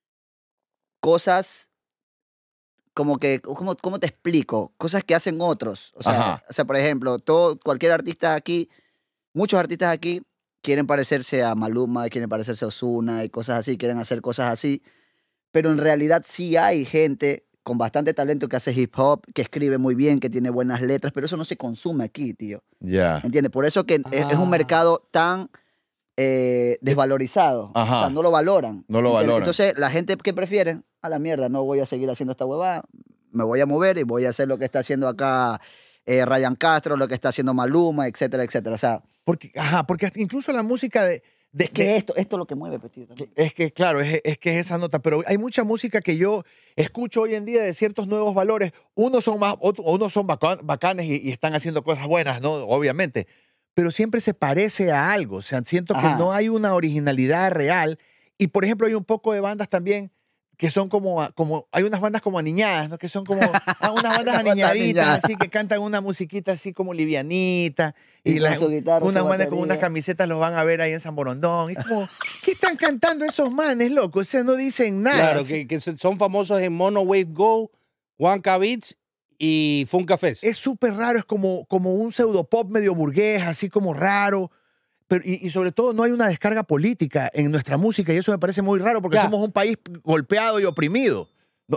cosas como que, ¿cómo te explico? Cosas que hacen otros. Ajá. O sea, por ejemplo, cualquier artista aquí, muchos artistas aquí quieren parecerse a Maluma, quieren parecerse a Ozuna y cosas así, quieren hacer cosas así. Pero en realidad sí hay gente con bastante talento que hace hip hop, que escribe muy bien, que tiene buenas letras, pero eso no se consume aquí, tío. Ya. ¿Entiendes? Por eso que es un mercado tan desvalorizado. Ajá. O sea, no lo valoran. No lo ¿Entiendes? valoran. Entonces, la gente que prefiere, a la mierda, no voy a seguir haciendo esta huevada, me voy a mover y voy a hacer lo que está haciendo acá Ryan Castro, lo que está haciendo Maluma, etcétera, etcétera. O sea, Porque hasta incluso la música es que esto es lo que mueve, Petit. Es que, claro, es que es esa nota, pero hay mucha música que yo escucho hoy en día de ciertos nuevos valores. Unos son bacanes y están haciendo cosas buenas, ¿no? Obviamente. Pero siempre se parece a algo. O sea, siento que Ajá. no hay una originalidad real. Y, por ejemplo, hay un poco de bandas también que son como hay unas bandas como aniñadas, ¿no? Que son como unas bandas aniñaditas, así que cantan una musiquita así como livianita. Y con su guitarra, unas su bandas con batería. unas camisetas los van a ver ahí en San Borondón. Y como, ¿qué están cantando esos manes, loco? O sea, no dicen nada. Claro, que son famosos en Mono Wave Go, Juanca Beats y Funka Fest. Es súper raro, es como un pseudopop medio burgués, así como raro. Pero, y sobre todo no hay una descarga política en nuestra música y eso me parece muy raro porque Ya. somos un país golpeado y oprimido. ¿No?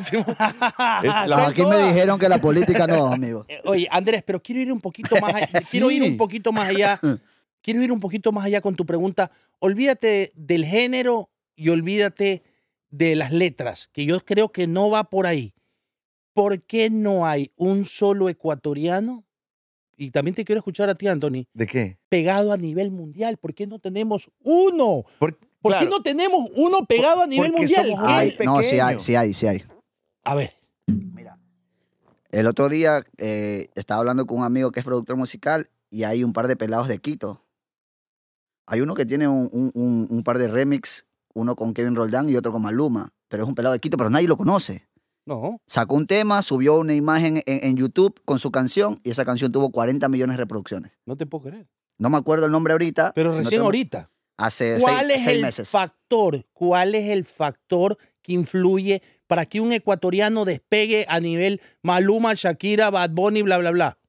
Aquí me dijeron que la política no, amigo. Oye, Andrés, pero quiero ir un poquito más allá. Quiero ir un poquito más allá. Quiero ir un poquito más allá con tu pregunta. Olvídate del género y olvídate de las letras, que yo creo que no va por ahí. ¿Por qué no hay un solo ecuatoriano? Y también te quiero escuchar a ti, Anthony, ¿De qué? pegado a nivel mundial. ¿Por qué no tenemos uno? ¿Por claro, qué no tenemos uno pegado a nivel porque mundial? somos ¿Qué? Ay, No, sí hay, pequeño. sí hay. A ver. Mira, el otro día estaba hablando con un amigo que es productor musical y hay un par de pelados de Quito. Hay uno que tiene un par de remix, uno con Kevin Roldán y otro con Maluma, pero es un pelado de Quito, pero nadie lo conoce. No. Sacó un tema, subió una imagen en YouTube con su canción y esa canción tuvo 40 millones de reproducciones. No te puedo creer. No me acuerdo el nombre ahorita. Pero si no recién te- ahorita. Hace ¿Cuál es seis el meses. factor? ¿Cuál es el factor que influye para que un ecuatoriano despegue a nivel Maluma, Shakira, Bad Bunny, bla, bla, bla?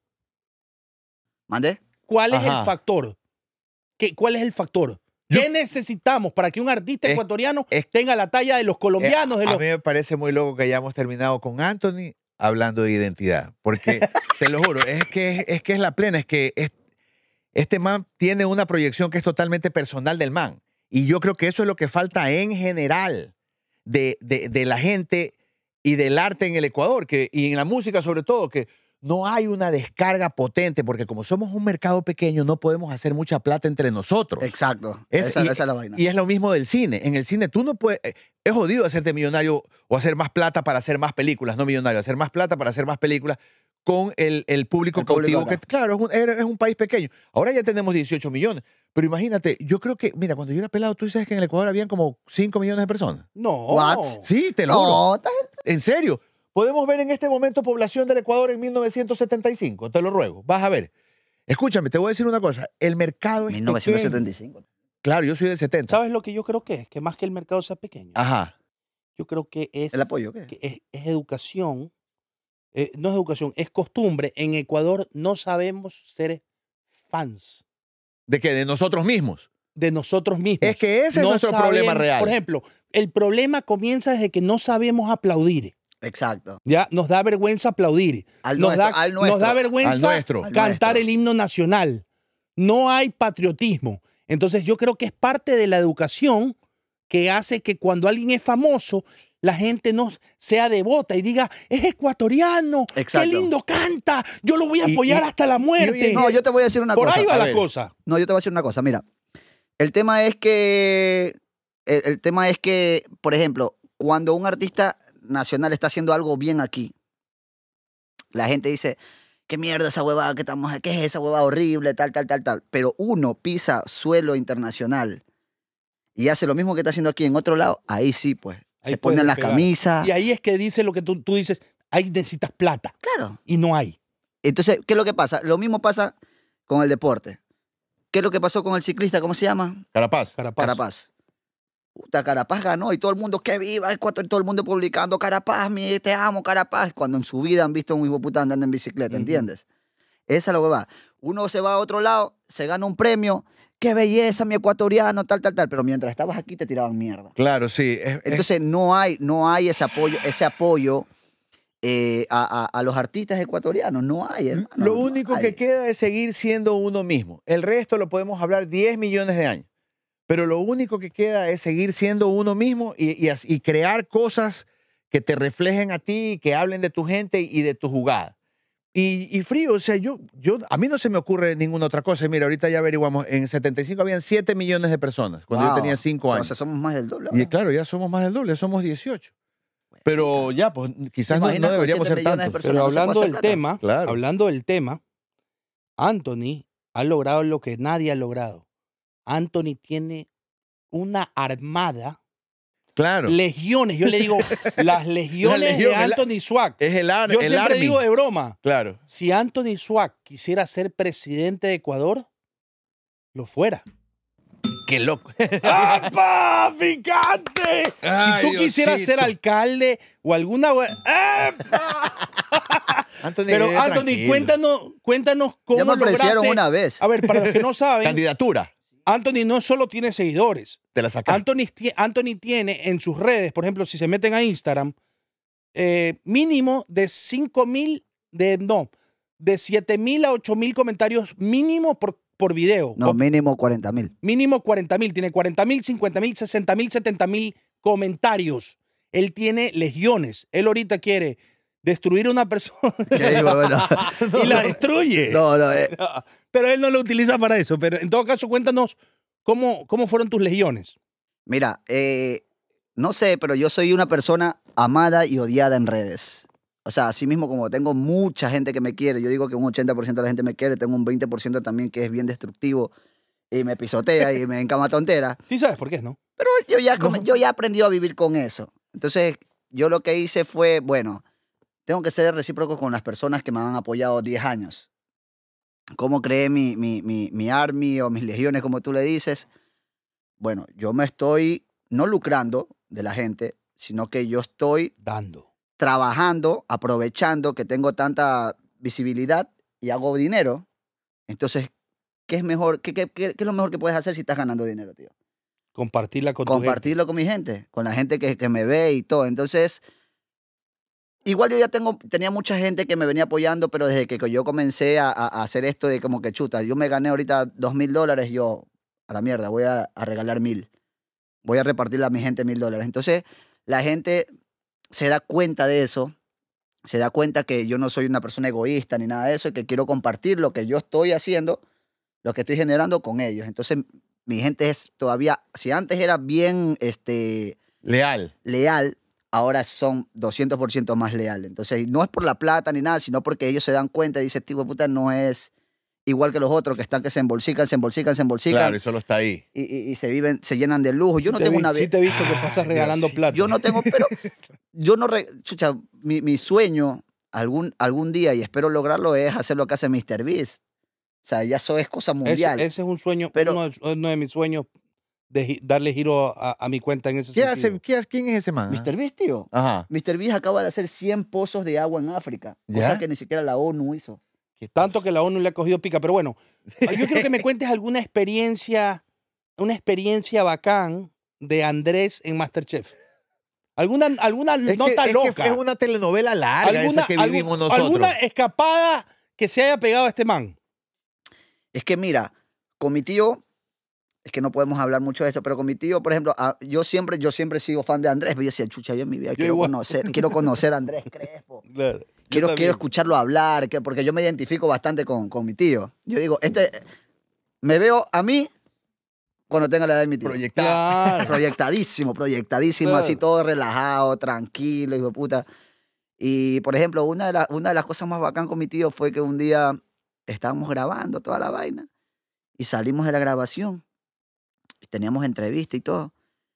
¿Mandé? ¿Cuál es Ajá. el factor? ¿Cuál es el factor? ¿Qué necesitamos para que un artista Es- ecuatoriano tenga la talla de los colombianos? De A los... mí me parece muy loco que hayamos terminado con Anthony hablando de identidad. Porque, te lo juro, es que es la plena. Es que este man tiene una proyección que es totalmente personal del man. Y yo creo que eso es lo que falta en general de la gente y del arte en el Ecuador. Y en la música sobre todo, que no hay una descarga potente. Porque como somos un mercado pequeño, no podemos hacer mucha plata entre nosotros. Exacto. Esa es la vaina. Y es lo mismo del cine. En el cine tú no puedes... Es jodido hacerte millonario o hacer más plata para hacer más películas, no millonario, hacer más plata para hacer más películas con el público El público cautivo. acá. Que, claro, es un país pequeño. Ahora ya tenemos 18 millones. Pero imagínate, yo creo que, mira, cuando yo era pelado, tú sabes que en el Ecuador habían como 5 millones de personas. No. What? Sí, te lo juro. No, En serio. Podemos ver en este momento población del Ecuador en 1975. Te lo ruego. Vas a ver. Escúchame, te voy a decir una cosa. El mercado es pequeño. 1975. Claro, yo soy del 70. ¿Sabes lo que yo creo que es? Que más que el mercado sea pequeño. Ajá. Yo creo que es, ¿El apoyo qué? que es educación. No es educación, es costumbre. En Ecuador no sabemos ser fans ¿De qué? De nosotros mismos. de nosotros mismos. Es que ese es nuestro problema real. Por ejemplo, el problema comienza desde que no sabemos aplaudir. Exacto. ¿Ya? Nos da vergüenza aplaudir. Al nos, nuestro, da, al nuestro. nos da Al vergüenza nuestro. Al cantar nuestro. el himno nacional. No hay patriotismo. Entonces yo creo que es parte de la educación que hace que cuando alguien es famoso, la gente no sea devota y diga, es ecuatoriano, Exacto. qué lindo canta, yo lo voy a Y- apoyar y- hasta la muerte. No, yo te voy a decir una Por cosa. ahí va A la ver. cosa. No, yo te voy a decir una cosa. Mira, el tema es que, por ejemplo, cuando un artista nacional está haciendo algo bien aquí, la gente dice, qué mierda esa huevada que estamos, qué es esa huevada horrible, tal. Pero uno pisa suelo internacional y hace lo mismo que está haciendo aquí en otro lado, ahí sí, pues. Ahí Se ponen puede las pegar. camisas. Y ahí es que dice lo que tú dices, ahí necesitas plata Claro. y no hay. Entonces, ¿qué es lo que pasa? Lo mismo pasa con el deporte. ¿Qué es lo que pasó con el ciclista? ¿Cómo se llama? Carapaz. Carapaz. Puta, Carapaz ganó y todo el mundo, que viva Ecuador, y todo el mundo publicando, Carapaz, te amo, Carapaz, cuando en su vida han visto a un hijo de puta andando en bicicleta, Ujú. ¿entiendes? Esa es la huevada. Uno se va a otro lado, se gana un premio, qué belleza, mi ecuatoriano, tal, pero mientras estabas aquí te tiraban mierda. Claro, sí. Entonces no hay ese apoyo a los artistas ecuatorianos. No hay, hermano. Lo no único hay. que queda es seguir siendo uno mismo. El resto lo podemos hablar 10 millones de años. Pero lo único que queda es seguir siendo uno mismo y crear cosas que te reflejen a ti, que hablen de tu gente y de tu jugada. Y frío, o sea, a mí no se me ocurre ninguna otra cosa. Mira, ahorita ya averiguamos, en 75 habían 7 millones de personas, cuando yo Wow. tenía 5 años. O sea, somos más del doble. Y ahora. claro, ya somos más del doble, somos 18. Pero ya, pues quizás ¿Te no imaginas con deberíamos 7 ser millones de tantos. personas? Pero no se puede hablando hacer del plata. tema, Claro. hablando del tema, Anthony ha logrado lo que nadie ha logrado. Anthony tiene una armada, Claro. legiones. Yo le digo, las legiones legión, de Anthony Swag. Es el Yo siempre Army. digo de broma, Claro. si Anthony Swag quisiera ser presidente de Ecuador, lo fuera. Qué loco. ¡Apa! ¡Picante! Ay, Si tú quisieras Diosito. ser alcalde o alguna... Anthony, Pero vive Anthony, tranquilo. cuéntanos cómo Ya me ofrecieron lograste- una vez. A ver, para los que no saben, Candidatura. Anthony no solo tiene seguidores. Te la sacaste. Anthony tiene en sus redes, por ejemplo, si se meten a Instagram, mínimo de 5,000, de 7,000 a 8,000 comentarios mínimo por video. No, mínimo 40,000. Mínimo 40,000. Tiene 40,000, 50,000, 60,000, 70,000 comentarios. Él tiene legiones. Él ahorita quiere destruir a una persona ¿Qué digo? Bueno, y la destruye. no, Pero él no lo utiliza para eso. Pero en todo caso, cuéntanos cómo fueron tus legiones. mira, no sé, pero yo soy una persona amada y odiada en redes. O sea, así mismo como tengo mucha gente que me quiere, yo digo que un 80% de la gente me quiere, tengo un 20% también que es bien destructivo y me pisotea y me encama tontera. Sí sabes por qué, ¿no? Pero yo ya he aprendido a vivir con eso. Entonces, yo lo que hice fue, bueno, tengo que ser recíproco con las personas que me han apoyado 10 años. ¿Cómo creé mi army o mis legiones, como tú le dices? Bueno, yo me estoy no lucrando de la gente, sino que yo estoy Dando. trabajando, aprovechando que tengo tanta visibilidad y hago dinero. Entonces, ¿qué es mejor? ¿Qué es lo mejor que puedes hacer si estás ganando dinero, tío? Compartirla con tu gente. Compartirlo con mi gente, con la gente que me ve y todo. Entonces, igual yo ya tenía mucha gente que me venía apoyando, pero desde que yo comencé a hacer esto de como que chuta, yo me gané ahorita $2,000, yo, a la mierda, voy a regalar 1,000. Voy a repartirle a mi gente $1,000. Entonces, la gente se da cuenta de eso, se da cuenta que yo no soy una persona egoísta ni nada de eso, y que quiero compartir lo que yo estoy haciendo, lo que estoy generando con ellos. Entonces, mi gente es todavía, si antes era bien Leal. leal, ahora son 200% más leal. Entonces, no es por la plata ni nada, sino porque ellos se dan cuenta y dicen, tío, puta, no es igual que los otros que están que se embolsican. Claro, y solo está ahí. Y se llenan de lujo. Yo no tengo una... Sí te he visto que pasas regalando Dios, sí. plata. Yo no tengo, pero yo no... Chucha, mi sueño algún día, y espero lograrlo, es hacer lo que hace MrBeast. O sea, ya eso es cosa mundial. Ese es un sueño, Pero- uno de mis sueños, de darle giro a mi cuenta en ese ¿Quién sentido. es ese man? MrBeast, tío. Ajá. MrBeast acaba de hacer 100 pozos de agua en África. Cosa ¿Ya? que ni siquiera la ONU hizo. Tanto que la ONU le ha cogido pica. Pero bueno, yo quiero que me cuentes una experiencia bacán de Andrés en MasterChef. Alguna nota loca. Es una telenovela larga esa que vivimos nosotros. ¿Alguna escapada que se haya pegado a este man? Es que mira, con mi tío, es que no podemos hablar mucho de esto, pero con mi tío, por ejemplo, yo siempre he sido fan de Andrés, pero yo decía, chucha, yo en mi vida quiero igual. conocer a Andrés Crespo. Claro. Quiero escucharlo hablar, porque yo me identifico bastante con mi tío. Yo digo, me veo a mí cuando tenga la edad de mi tío. Proyectada. Claro. Proyectadísimo, Claro. así todo relajado, tranquilo, hijo de puta. Y, por ejemplo, una de las cosas más bacán con mi tío fue que un día estábamos grabando toda la vaina y salimos de la grabación. Y teníamos entrevista y todo.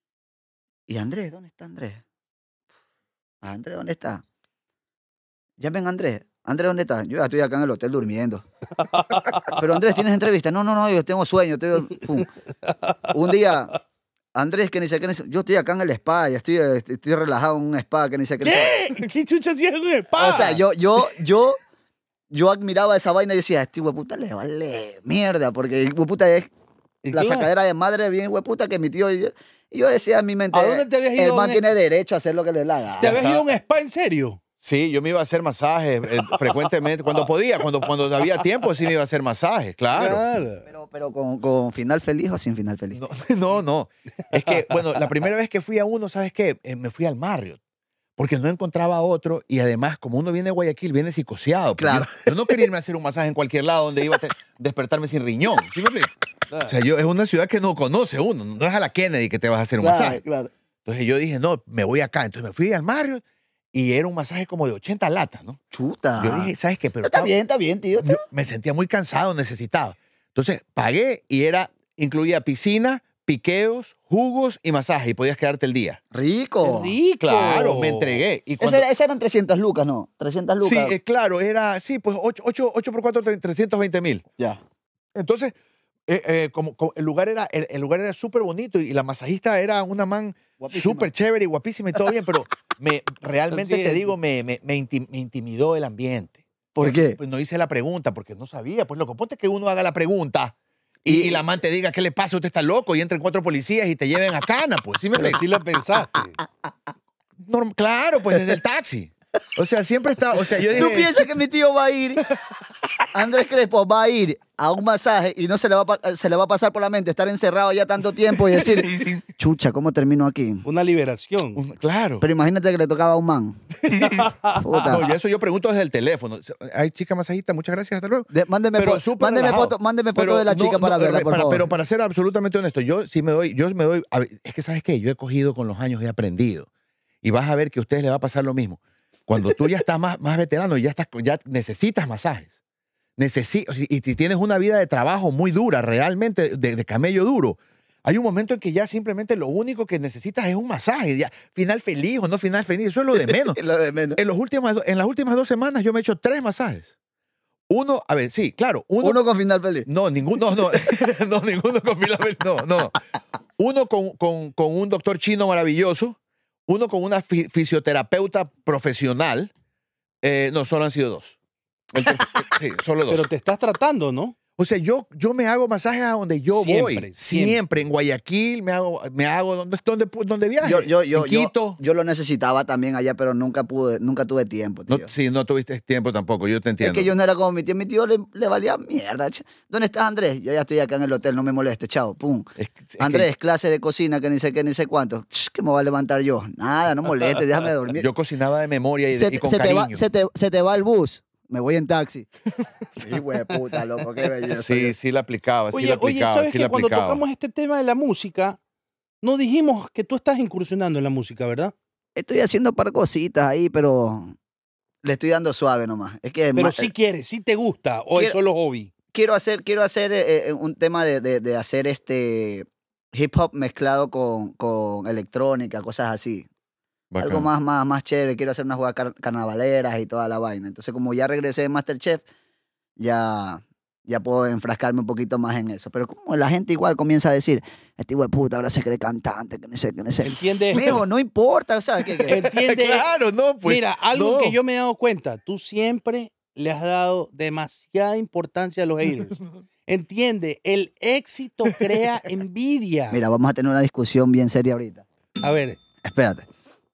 Y Andrés, ¿dónde está Andrés? Andrés, ¿dónde está? Llamen a Andrés. Andrés, ¿dónde está? Yo ya estoy acá en el hotel durmiendo. Pero Andrés, ¿tienes entrevista? No, yo tengo sueño. Pum. Un día, Andrés, que ni sé qué, yo estoy acá en el spa, ya estoy relajado en un spa, que ni sé qué. ¿Qué? ¿Qué chucha hacía con el pan? O sea, yo admiraba esa vaina y decía, este hueputa le vale mierda, porque el hueputa es la Claro. sacadera de madre bien hueputa que mi tío... Y yo decía en mi mente, ¿A dónde te habías ido el man en- tiene derecho a hacer lo que le haga. ¿Te habías ido a un spa en serio? Sí, yo me iba a hacer masajes frecuentemente. Cuando podía, cuando había tiempo, sí me iba a hacer masajes, claro. Pero con final feliz o sin final feliz. No. Es que, bueno, la primera vez que fui a uno, ¿sabes qué? Me fui al Marriott. Porque no encontraba otro y además, como uno viene de Guayaquil, viene psicoseado. Claro. Yo no quería irme a hacer un masaje en cualquier lado donde iba a despertarme sin riñón. ¿Sí me explico? Claro. O sea, es una ciudad que no conoce uno. No es a la Kennedy que te vas a hacer un masaje. Claro. Entonces yo dije, no, me voy acá. Entonces me fui al Marriott y era un masaje como de 80 latas, ¿no? Chuta. Yo dije, ¿sabes qué? Pero Está bien, tío. yo me sentía muy cansado, necesitaba. Entonces pagué y incluía piscina, piqueos, jugos y masaje y podías quedarte el día. Rico. ¡Qué rico! Claro, me entregué. Y cuando, Ese eran 300 lucas, ¿no? 300 lucas. sí, claro, pues 8 por 4, 320,000. Ya. Entonces, como el lugar era súper bonito y la masajista era una man Guapísima. súper chévere y guapísima y todo bien, pero realmente Sí. te digo, me intimidó el ambiente. ¿Por qué? Pues no hice la pregunta porque no sabía. Pues loco, ponte que uno haga la pregunta y la man te diga, ¿qué le pasa? Usted está loco y entren 4 policías y te lleven a cana, pues. ¿Sí me Pero explico? sí lo pensaste. Claro, pues desde el taxi. O sea, siempre está, o sea, yo dije... ¿Tú piensas que mi tío va a ir, Andrés Crespo va a ir a un masaje y no se le va a pasar por la mente estar encerrado ya tanto tiempo y decir, chucha, ¿cómo termino aquí? Una liberación. Claro. Pero imagínate que le tocaba a un man. Puta. No, y eso yo pregunto desde el teléfono. Hay chica masajista, muchas gracias, hasta luego. Mándeme Pero foto, súper relajado. mándeme foto Pero de la chica para verla, por favor. Pero para ser absolutamente honesto, yo me doy, a ver, es que ¿sabes qué? Yo he cogido con los años, he aprendido. Y vas a ver que a ustedes les va a pasar lo mismo. Cuando tú ya estás más veterano y ya necesitas masajes. Y si tienes una vida de trabajo muy dura, realmente de camello duro, hay un momento en que ya simplemente lo único que necesitas es un masaje. Ya, final feliz o no final feliz, eso es lo de menos. Lo de menos. En las últimas 2 semanas yo me he hecho 3 masajes. Uno, a ver, sí, claro. Uno con final feliz. No, ninguno, no. No, ninguno con filamento, no. Uno con un doctor chino maravilloso. Uno con una fisioterapeuta profesional. No, solo han sido 2. Sí, solo 2. Pero te estás tratando, ¿no? O sea, yo me hago masajes a donde yo voy. Siempre. Siempre. En Guayaquil me hago donde viaje. En Quito. Yo lo necesitaba también allá, pero nunca tuve tiempo, tío. No tuviste tiempo tampoco, yo te entiendo. Es que yo no era como mi tío. Mi tío le valía mierda. ¿Dónde estás, Andrés? Yo ya estoy acá en el hotel, no me moleste, chao. Pum. Andrés, clase de cocina, que ni sé qué, ni sé cuánto. ¿Qué me voy a levantar yo? Nada, no moleste, déjame dormir. Yo cocinaba de memoria y con cariño. Se te va el bus. Me voy en taxi. Sí, güey, puta, loco, qué belleza. Sí la aplicaba, Oye, ¿sabes que cuando tocamos este tema de la música, no dijimos que tú estás incursionando en la música, ¿verdad? Estoy haciendo un par de cositas ahí, pero le estoy dando suave nomás. Es que Pero sí quieres, sí te gusta, o es solo hobby. Quiero hacer un tema de hacer hip hop mezclado con electrónica, cosas así. Bacán. Algo más chévere. Quiero hacer unas jugadas carnavaleras y toda la vaina. Entonces, como ya regresé de MasterChef, ya puedo enfrascarme un poquito más en eso. Pero como la gente igual comienza a decir, este hijo de puta ahora se cree cantante, que no sé. ¿Entiendes? Mijo, no importa, o sea, que ¿Entiendes? Claro, no, pues. Mira, algo no. que yo me he dado cuenta, tú siempre le has dado demasiada importancia a los haters. Entiende, el éxito crea envidia. Mira, vamos a tener una discusión bien seria ahorita. A ver, Espérate.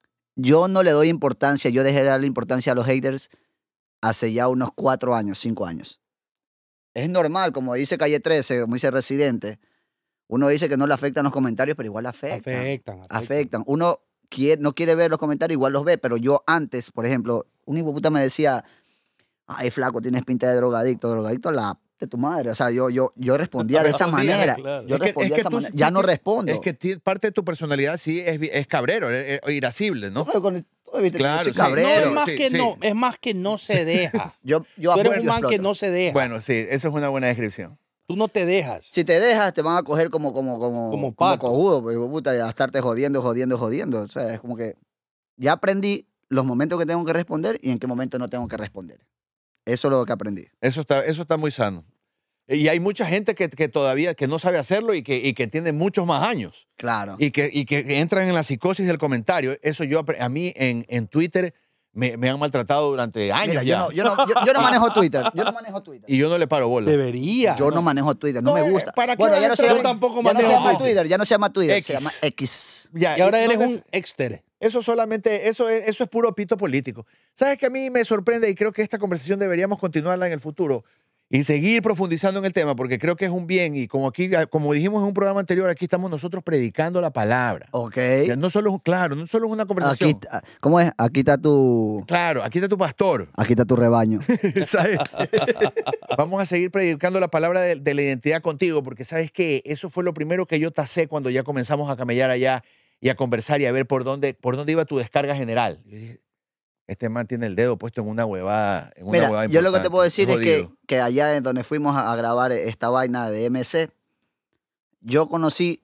Yo no le doy importancia, yo dejé de darle importancia a los haters hace ya unos 4 años, 5 años. Es normal, como dice Calle 13, como dice Residente, uno dice que no le afectan los comentarios, pero igual afectan. Uno no quiere ver los comentarios, igual los ve, pero yo antes, por ejemplo, un hijo de puta me decía, ay, flaco, tienes pinta de drogadicto la de tu madre. O sea, yo respondía de esa manera. claro. Yo respondía de esa manera. Ya no respondo. Es que parte de tu personalidad sí es cabrero, es irascible, ¿no? Pero con todo, ¿viste? Claro, Yo soy sí. cabrero. no, es más sí, que sí. no, es más que no se deja. Yo Tú eres apuesto un man y que exploto. no se deja. Bueno, sí, eso es una buena descripción. Tú no te dejas. Si te dejas, te van a coger como pato. cojudo, pues, puta, y a estarte jodiendo. O sea, es como que ya aprendí los momentos que tengo que responder y en qué momento no tengo que responder. Eso es lo que aprendí. Eso está muy sano. Y hay mucha gente que todavía que no sabe hacerlo y que tiene muchos más años. Claro. Y que entran en la psicosis del comentario. Eso a mí en Twitter me han maltratado durante años. Mira, ya. yo no manejo Twitter. Yo no manejo Twitter. Y yo no le paro bola. Debería. Yo no manejo Twitter, no No, me gusta. ¿para qué Bueno, vas a ya no se entrar? llama, Yo tampoco ya no se manejo llama Twitter. Twitter, ya no se llama Twitter, X. se llama X. Ya, Y ahora eres entonces, un exter. Eso solamente, eso es puro pito político. ¿Sabes que a mí me sorprende y creo que esta conversación deberíamos continuarla en el futuro y seguir profundizando en el tema porque creo que es un bien y como aquí, como dijimos en un programa anterior, aquí estamos nosotros predicando la palabra. Ok. Ya no solo es una conversación. Aquí, ¿cómo es? Aquí está tu pastor. Aquí está tu rebaño. ¿Sabes? Vamos a seguir predicando la palabra de la identidad contigo porque sabes que eso fue lo primero que yo tasé cuando ya comenzamos a camellar allá y a conversar y a ver por dónde iba tu descarga general. Yo dije, este man tiene el dedo puesto en una huevada. Mira, yo lo que te puedo decir es jodido. que allá en donde fuimos a grabar esta vaina de MC, yo conocí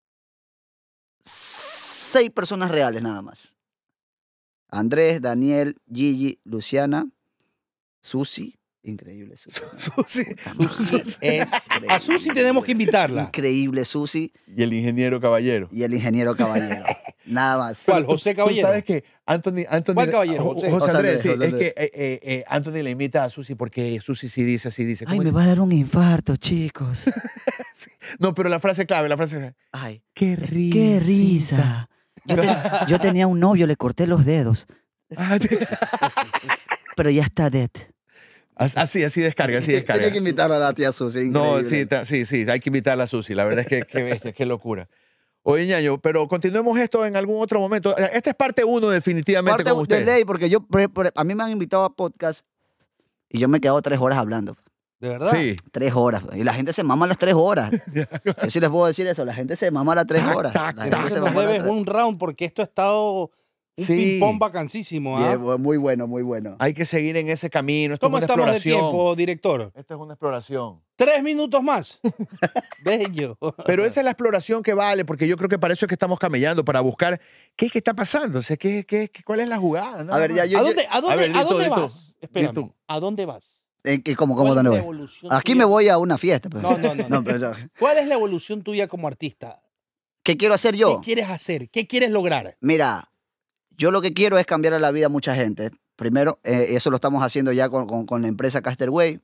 6 personas reales nada más. Andrés, Daniel, Gigi, Luciana, Susi. Increíble Susi. A Susi tenemos que invitarla. Increíble Susi. Y el ingeniero Caballero. Y el ingeniero Caballero. Nada más. ¿Cuál? José Caballero. Tú sabes que Anthony ¿Cuál Caballero? José Andrés, sí, José es Andrés. que Anthony le invita a Susi porque Susi sí dice, así dice. Ay, ¿Cómo me dice? va a dar un infarto, chicos. No, pero la frase clave. Ay, ¡Qué risa! qué risa. Yo tenía un novio, le corté los dedos, Ah, sí. pero ya está dead. Así descarga. Tiene que invitar a la tía Susi. No, Increíble. sí, hay que invitarla a Susi. La verdad es que qué bestia, qué locura. Oye, ñaño, pero continuemos esto en algún otro momento. Esta es parte 1 definitivamente Parte con de ustedes. ley, porque a mí me han invitado a podcast y yo me he quedado 3 horas hablando. ¿De verdad? Sí. 3 horas. Y la gente se mama las 3 horas. Yo sí les puedo decir eso. La gente se mama las 3 horas. La gente Entonces se nos mama las debes 3. un round porque esto ha estado un Sí. ping-pong vacancísimo. ¿Ah? Bien, muy bueno, muy bueno. Hay que seguir en ese camino. Esto es ¿Cómo una estamos de exploración. tiempo, director? Esto es una exploración. 3 minutos más. Bello. Pero esa es la exploración que vale, porque yo creo que para eso es que estamos camellando, para buscar qué es que está pasando, o sea, cuál es la jugada. Nada A ver, más. ya yo. ¿A dónde, A ver, a Lito, dónde Lito, vas? Espérame. Lito. ¿A dónde vas? ¿Cómo ¿Cuál es dónde la voy? evolución Aquí tuya? me voy a una fiesta. Pues. No. Pero, ¿Cuál es la evolución tuya como artista? ¿qué quiero hacer yo? ¿Qué quieres hacer? ¿Qué quieres lograr? Mira, yo lo que quiero es cambiar la vida a mucha gente. Primero, eso lo estamos haciendo ya con la empresa Casterway.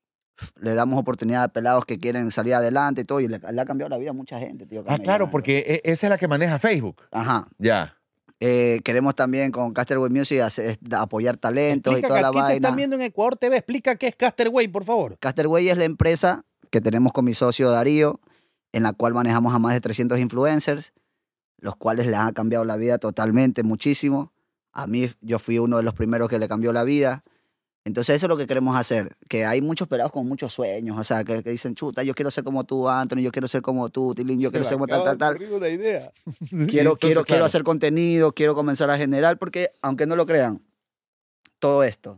Le damos oportunidad a pelados que quieren salir adelante y todo. Y le ha cambiado la vida a mucha gente, tío. Ah, claro, porque esa es la que maneja Facebook. Ajá. Ya. Queremos también con Casterway Music apoyar talentos y Explica toda que la aquí te vaina. están viendo en Ecuador TV. Explica qué es Casterway, por favor. Casterway es la empresa que tenemos con mi socio Darío, en la cual manejamos a más de 300 influencers, los cuales les ha cambiado la vida totalmente, muchísimo. A mí, yo fui uno de los primeros que le cambió la vida. Entonces eso es lo que queremos hacer, que hay muchos pelados con muchos sueños, o sea, que dicen, chuta, yo quiero ser como tú, Anthony, yo quiero ser como tú, Tilín, yo quiero ser como tal. Una idea. Quiero hacer contenido, quiero comenzar a generar, porque aunque no lo crean, todo esto,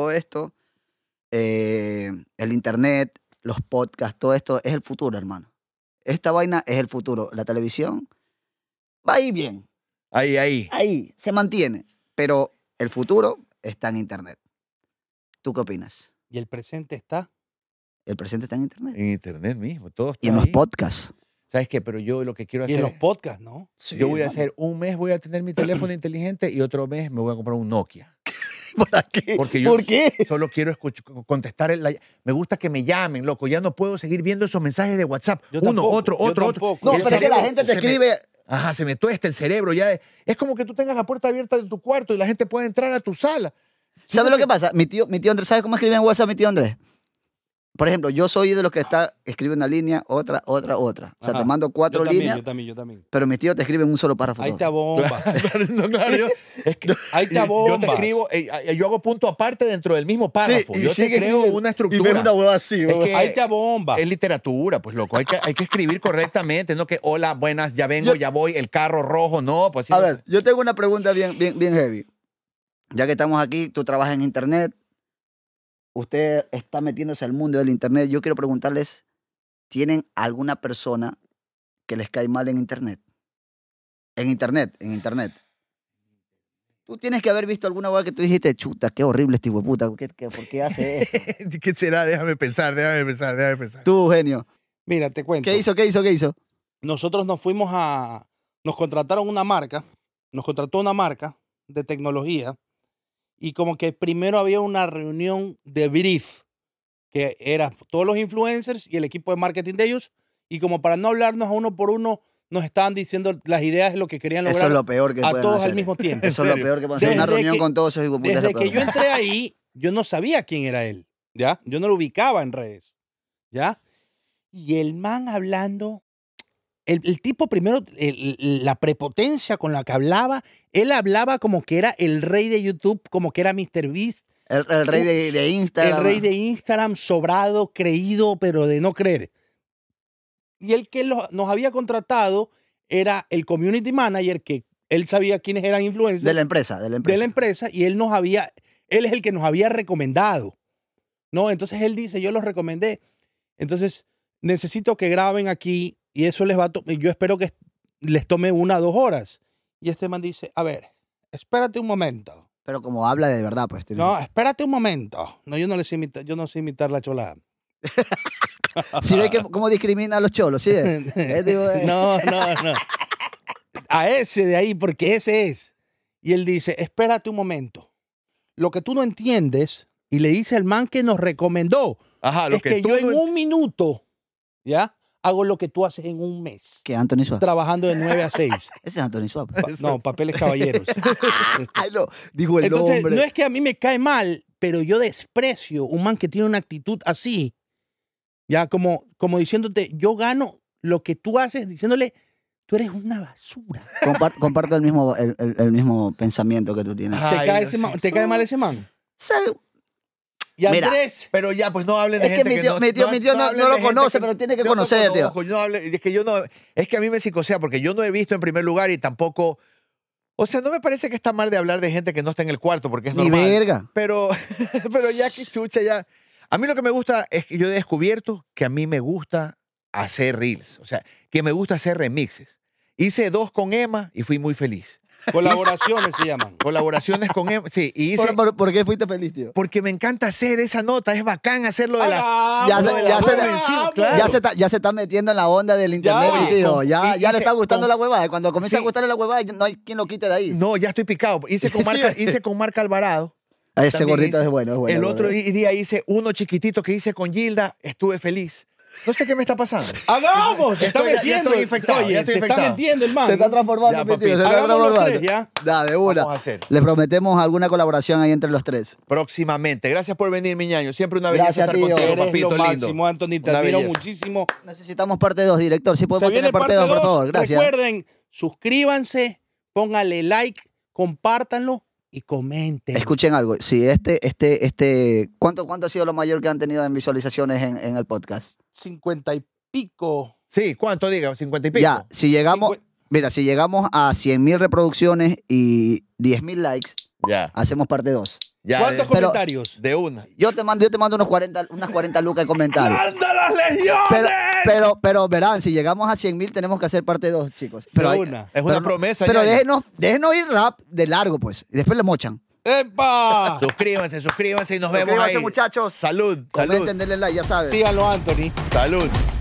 el internet, los podcasts, todo esto es el futuro, hermano. Esta vaina es el futuro. La televisión va ahí bien, ahí se mantiene, pero el futuro está en internet. ¿Tú qué opinas? ¿Y el presente está? El presente está en internet. En internet mismo, todo está Y en los ahí. podcasts. ¿Sabes qué? Pero yo lo que quiero Y hacer en los podcasts, ¿no? yo voy a hacer un mes voy a tener mi teléfono inteligente y otro mes me voy a comprar un Nokia. ¿Para qué? Porque yo ¿Por qué? solo quiero contestar. Me gusta que me llamen, loco. Ya no puedo seguir viendo esos mensajes de WhatsApp. Yo Uno, tampoco, otro. yo tampoco. No, El pero es que la cerebro gente te se me- escribe. Ajá, se me tuesta el cerebro. Es como que tú tengas la puerta abierta de tu cuarto y la gente puede entrar a tu sala. ¿Sabes lo que pasa? Mi tío Andrés, ¿sabes cómo escribe en WhatsApp mi tío Andrés? Por ejemplo, yo soy de los que escribe una línea, otra. O sea, Ajá. te mando 4 líneas, Yo también. pero mi tío te escribe en un solo párrafo. Ahí todo. te bomba. No, claro, es que Ahí te yo te bombas. escribo, yo hago punto aparte dentro del mismo párrafo. Sí, y yo te sigue creo escribiendo. una Y estructura. ves una hueva así. Es que Ahí te bomba. es literatura, pues loco. Hay que escribir correctamente, no que hola, buenas, ya vengo, ya voy, el carro rojo, no, pues sí, A no- ver, yo tengo una pregunta bien heavy. Ya que estamos aquí, tú trabajas en internet, usted está metiéndose al mundo del internet. Yo quiero preguntarles, ¿tienen alguna persona que les cae mal en internet? En internet. Tú tienes que haber visto alguna hueá que tú dijiste, chuta, qué horrible este hijo de puta, ¿por qué hace esto? ¿Qué será? Déjame pensar. Tú, genio. Mira, te cuento. ¿Qué hizo? Nosotros nos contrataron nos contrató una marca de tecnología y como que primero había una reunión de brief que era todos los influencers y el equipo de marketing de ellos y como para no hablarnos a uno por uno, nos estaban diciendo las ideas de lo que querían lograr Eso es lo peor que a pueden todos hacer. al mismo tiempo. Eso es lo serio? peor que pueden hacer. Una Desde reunión que- con todos esos hijueputas. Desde es lo que peor. yo entré ahí, yo no sabía quién era él, ¿ya? Yo no lo ubicaba en redes, ¿ya? Y el man hablando, el tipo primero, la prepotencia con la que hablaba, él hablaba como que era el rey de YouTube, como que era Mr. Beast, El rey de Instagram. el rey de Instagram, sobrado, creído, pero de no creer. Y el que nos había contratado era el community manager, que él sabía quiénes eran influencers De la empresa. De la empresa. de la empresa, y él es el que nos había recomendado, ¿no? Entonces él dice, yo los recomendé, entonces necesito que graben aquí, y eso les va a yo espero que les tome 1 o 2 horas. Y este man dice, a ver, espérate un momento. Pero como habla de verdad, pues. No, espérate un momento. No, yo no sé imitar la cholada. Si ves cómo discrimina a los cholos, ¿sí? No. A ese de ahí, porque ese es. Y él dice, espérate un momento. Lo que tú no entiendes, y le dice al man que nos recomendó, Ajá, lo es que tú yo en no- un minuto, ¿ya? Hago lo que tú haces en un mes, Que Anthony Swap. trabajando de 9 a 6. Ese es Anthony Swap. No, papeles caballeros. Ay, no. Dijo el Entonces, nombre. no es que a mí me cae mal, pero yo desprecio un man que tiene una actitud así. Ya, como diciéndote, yo gano lo que tú haces, diciéndole, tú eres una basura. Comparto el mismo pensamiento que tú tienes. Ajá. Ay, no, sí. ¿Te cae mal ese man? O sea, Y Mira, Andrés, Pero ya, pues no hablen de Es que gente mi tío- no, mi tío no hablen lo de gente conoce, pero tiene que yo conocer, no tío. conozco, yo no hablo- es que yo no, es que a mí me psicosea porque yo no he visto en primer lugar y tampoco, o sea, no me parece que está mal de hablar de gente que no está en el cuarto porque es ni normal. verga. Pero ya que chucha, ya. A mí lo que me gusta es que yo he descubierto que a mí me gusta hacer reels. O sea, que me gusta hacer remixes. Hice 2 con Emma y fui muy feliz. colaboraciones se llaman. Colaboraciones con Emma. Sí, y hice. ¿Por qué fuiste feliz, tío? Porque me encanta hacer esa nota. Es bacán hacerlo de la. Ya se- lo de la ya se- hueva encima, claro. Ya se está metiendo en la onda del internet, Ya. tío. Ya Y le hice está gustando con- la huevada. Cuando comienza Sí. a gustarle la huevada, no hay quien lo quite de ahí. No, ya estoy picado. Hice con Marca Alvarado. Ese También gordito hice- es bueno, es bueno. El es otro bueno. día hice uno chiquitito que hice con Gilda. Estuve feliz. No sé qué me está pasando. ¡Hagamos! Se está Estoy- ya metiendo. estoy infectado, Oye, ya estoy se está infectado. metiendo el man. Se está transformando, Ya, mi tío, papi. se está Hagamos los transformando. 3, ¿ya? Da, de una. Vamos a hacer. Les prometemos alguna colaboración ahí entre los 3. Próximamente. Gracias por venir, mi ñaño. Siempre una belleza Gracias, estar tío. contigo, Eres papito lo lindo. máximo, Anthony. Te Una admiro belleza. muchísimo. Necesitamos parte 2, director. Si Se podemos viene tener parte 2, por favor. Gracias. Recuerden, suscríbanse, pónganle like, compártanlo y comenten. Escuchen algo. Si ¿cuánto ha sido lo mayor que han tenido en visualizaciones en el podcast? 50 y pico. Sí, ¿cuánto diga? 50 y pico. Ya, si llegamos, 50. mira, si llegamos a 100.000 reproducciones y 10.000 likes, Ya. hacemos parte 2. Ya. ¿Cuántos pero- comentarios? De una. Yo te mando unas 40 lucas en comentarios. ¡Anda las legiones! Pero verán, si llegamos a 100.000 tenemos que hacer parte 2, chicos. Pero, De hay- una. Es una pero no- promesa. pero ñaño. déjenos ir rap de largo, pues. Y después le mochan. ¡Epa! Suscríbanse y nos vemos Suscríbanse, ahí. muchachos. Salud, salud, Comenten, denle like, ya sabes. Síganlo, Anthony. salud.